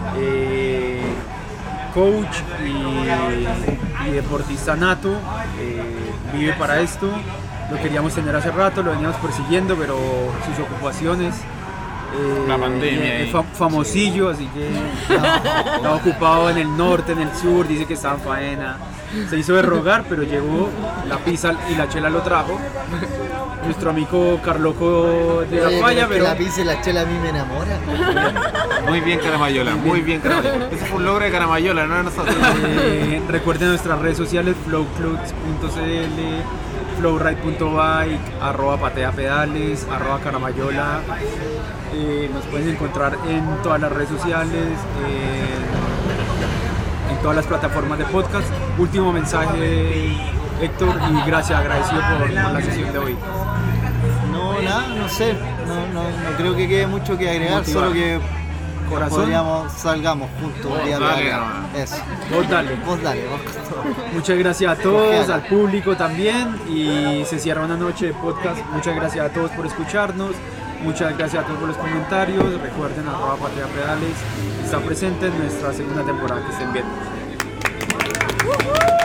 Coach y deportista nato, vive para esto. Lo queríamos tener hace rato, lo veníamos persiguiendo, pero sus ocupaciones. La pandemia. Es famosillo, así que está ocupado en el norte, en el sur, dice que está en faena. Se hizo de rogar, pero llegó, la pizza y la chela lo trajo. Nuestro amigo Carloco de la falla, pero... La pizza y la chela a mí me enamora. Muy bien, Caramayola, muy bien, Caramayola. Ese fue un logro de Caramayola, no de nosotros. Recuerden nuestras redes sociales, flowclubs.cl, flowride.bike, @pateapedales, @caramayola. Nos pueden encontrar en todas las redes sociales, en todas las plataformas de podcast. Último mensaje, Héctor, y gracias, agradecido por la sesión de hoy. No, nada, no sé, no creo que quede mucho que agregar, Motivar. solo que Corazón. salgamos juntos un día dale, para acá. no. Eso. Vos dale. Vos con todo. Muchas gracias a todos, Cojeala. al público también, y se cierra una noche de podcast. Muchas gracias a todos por escucharnos, muchas gracias a todos por los comentarios. Recuerden @pateapedales está presente en nuestra segunda temporada. Que estén bien.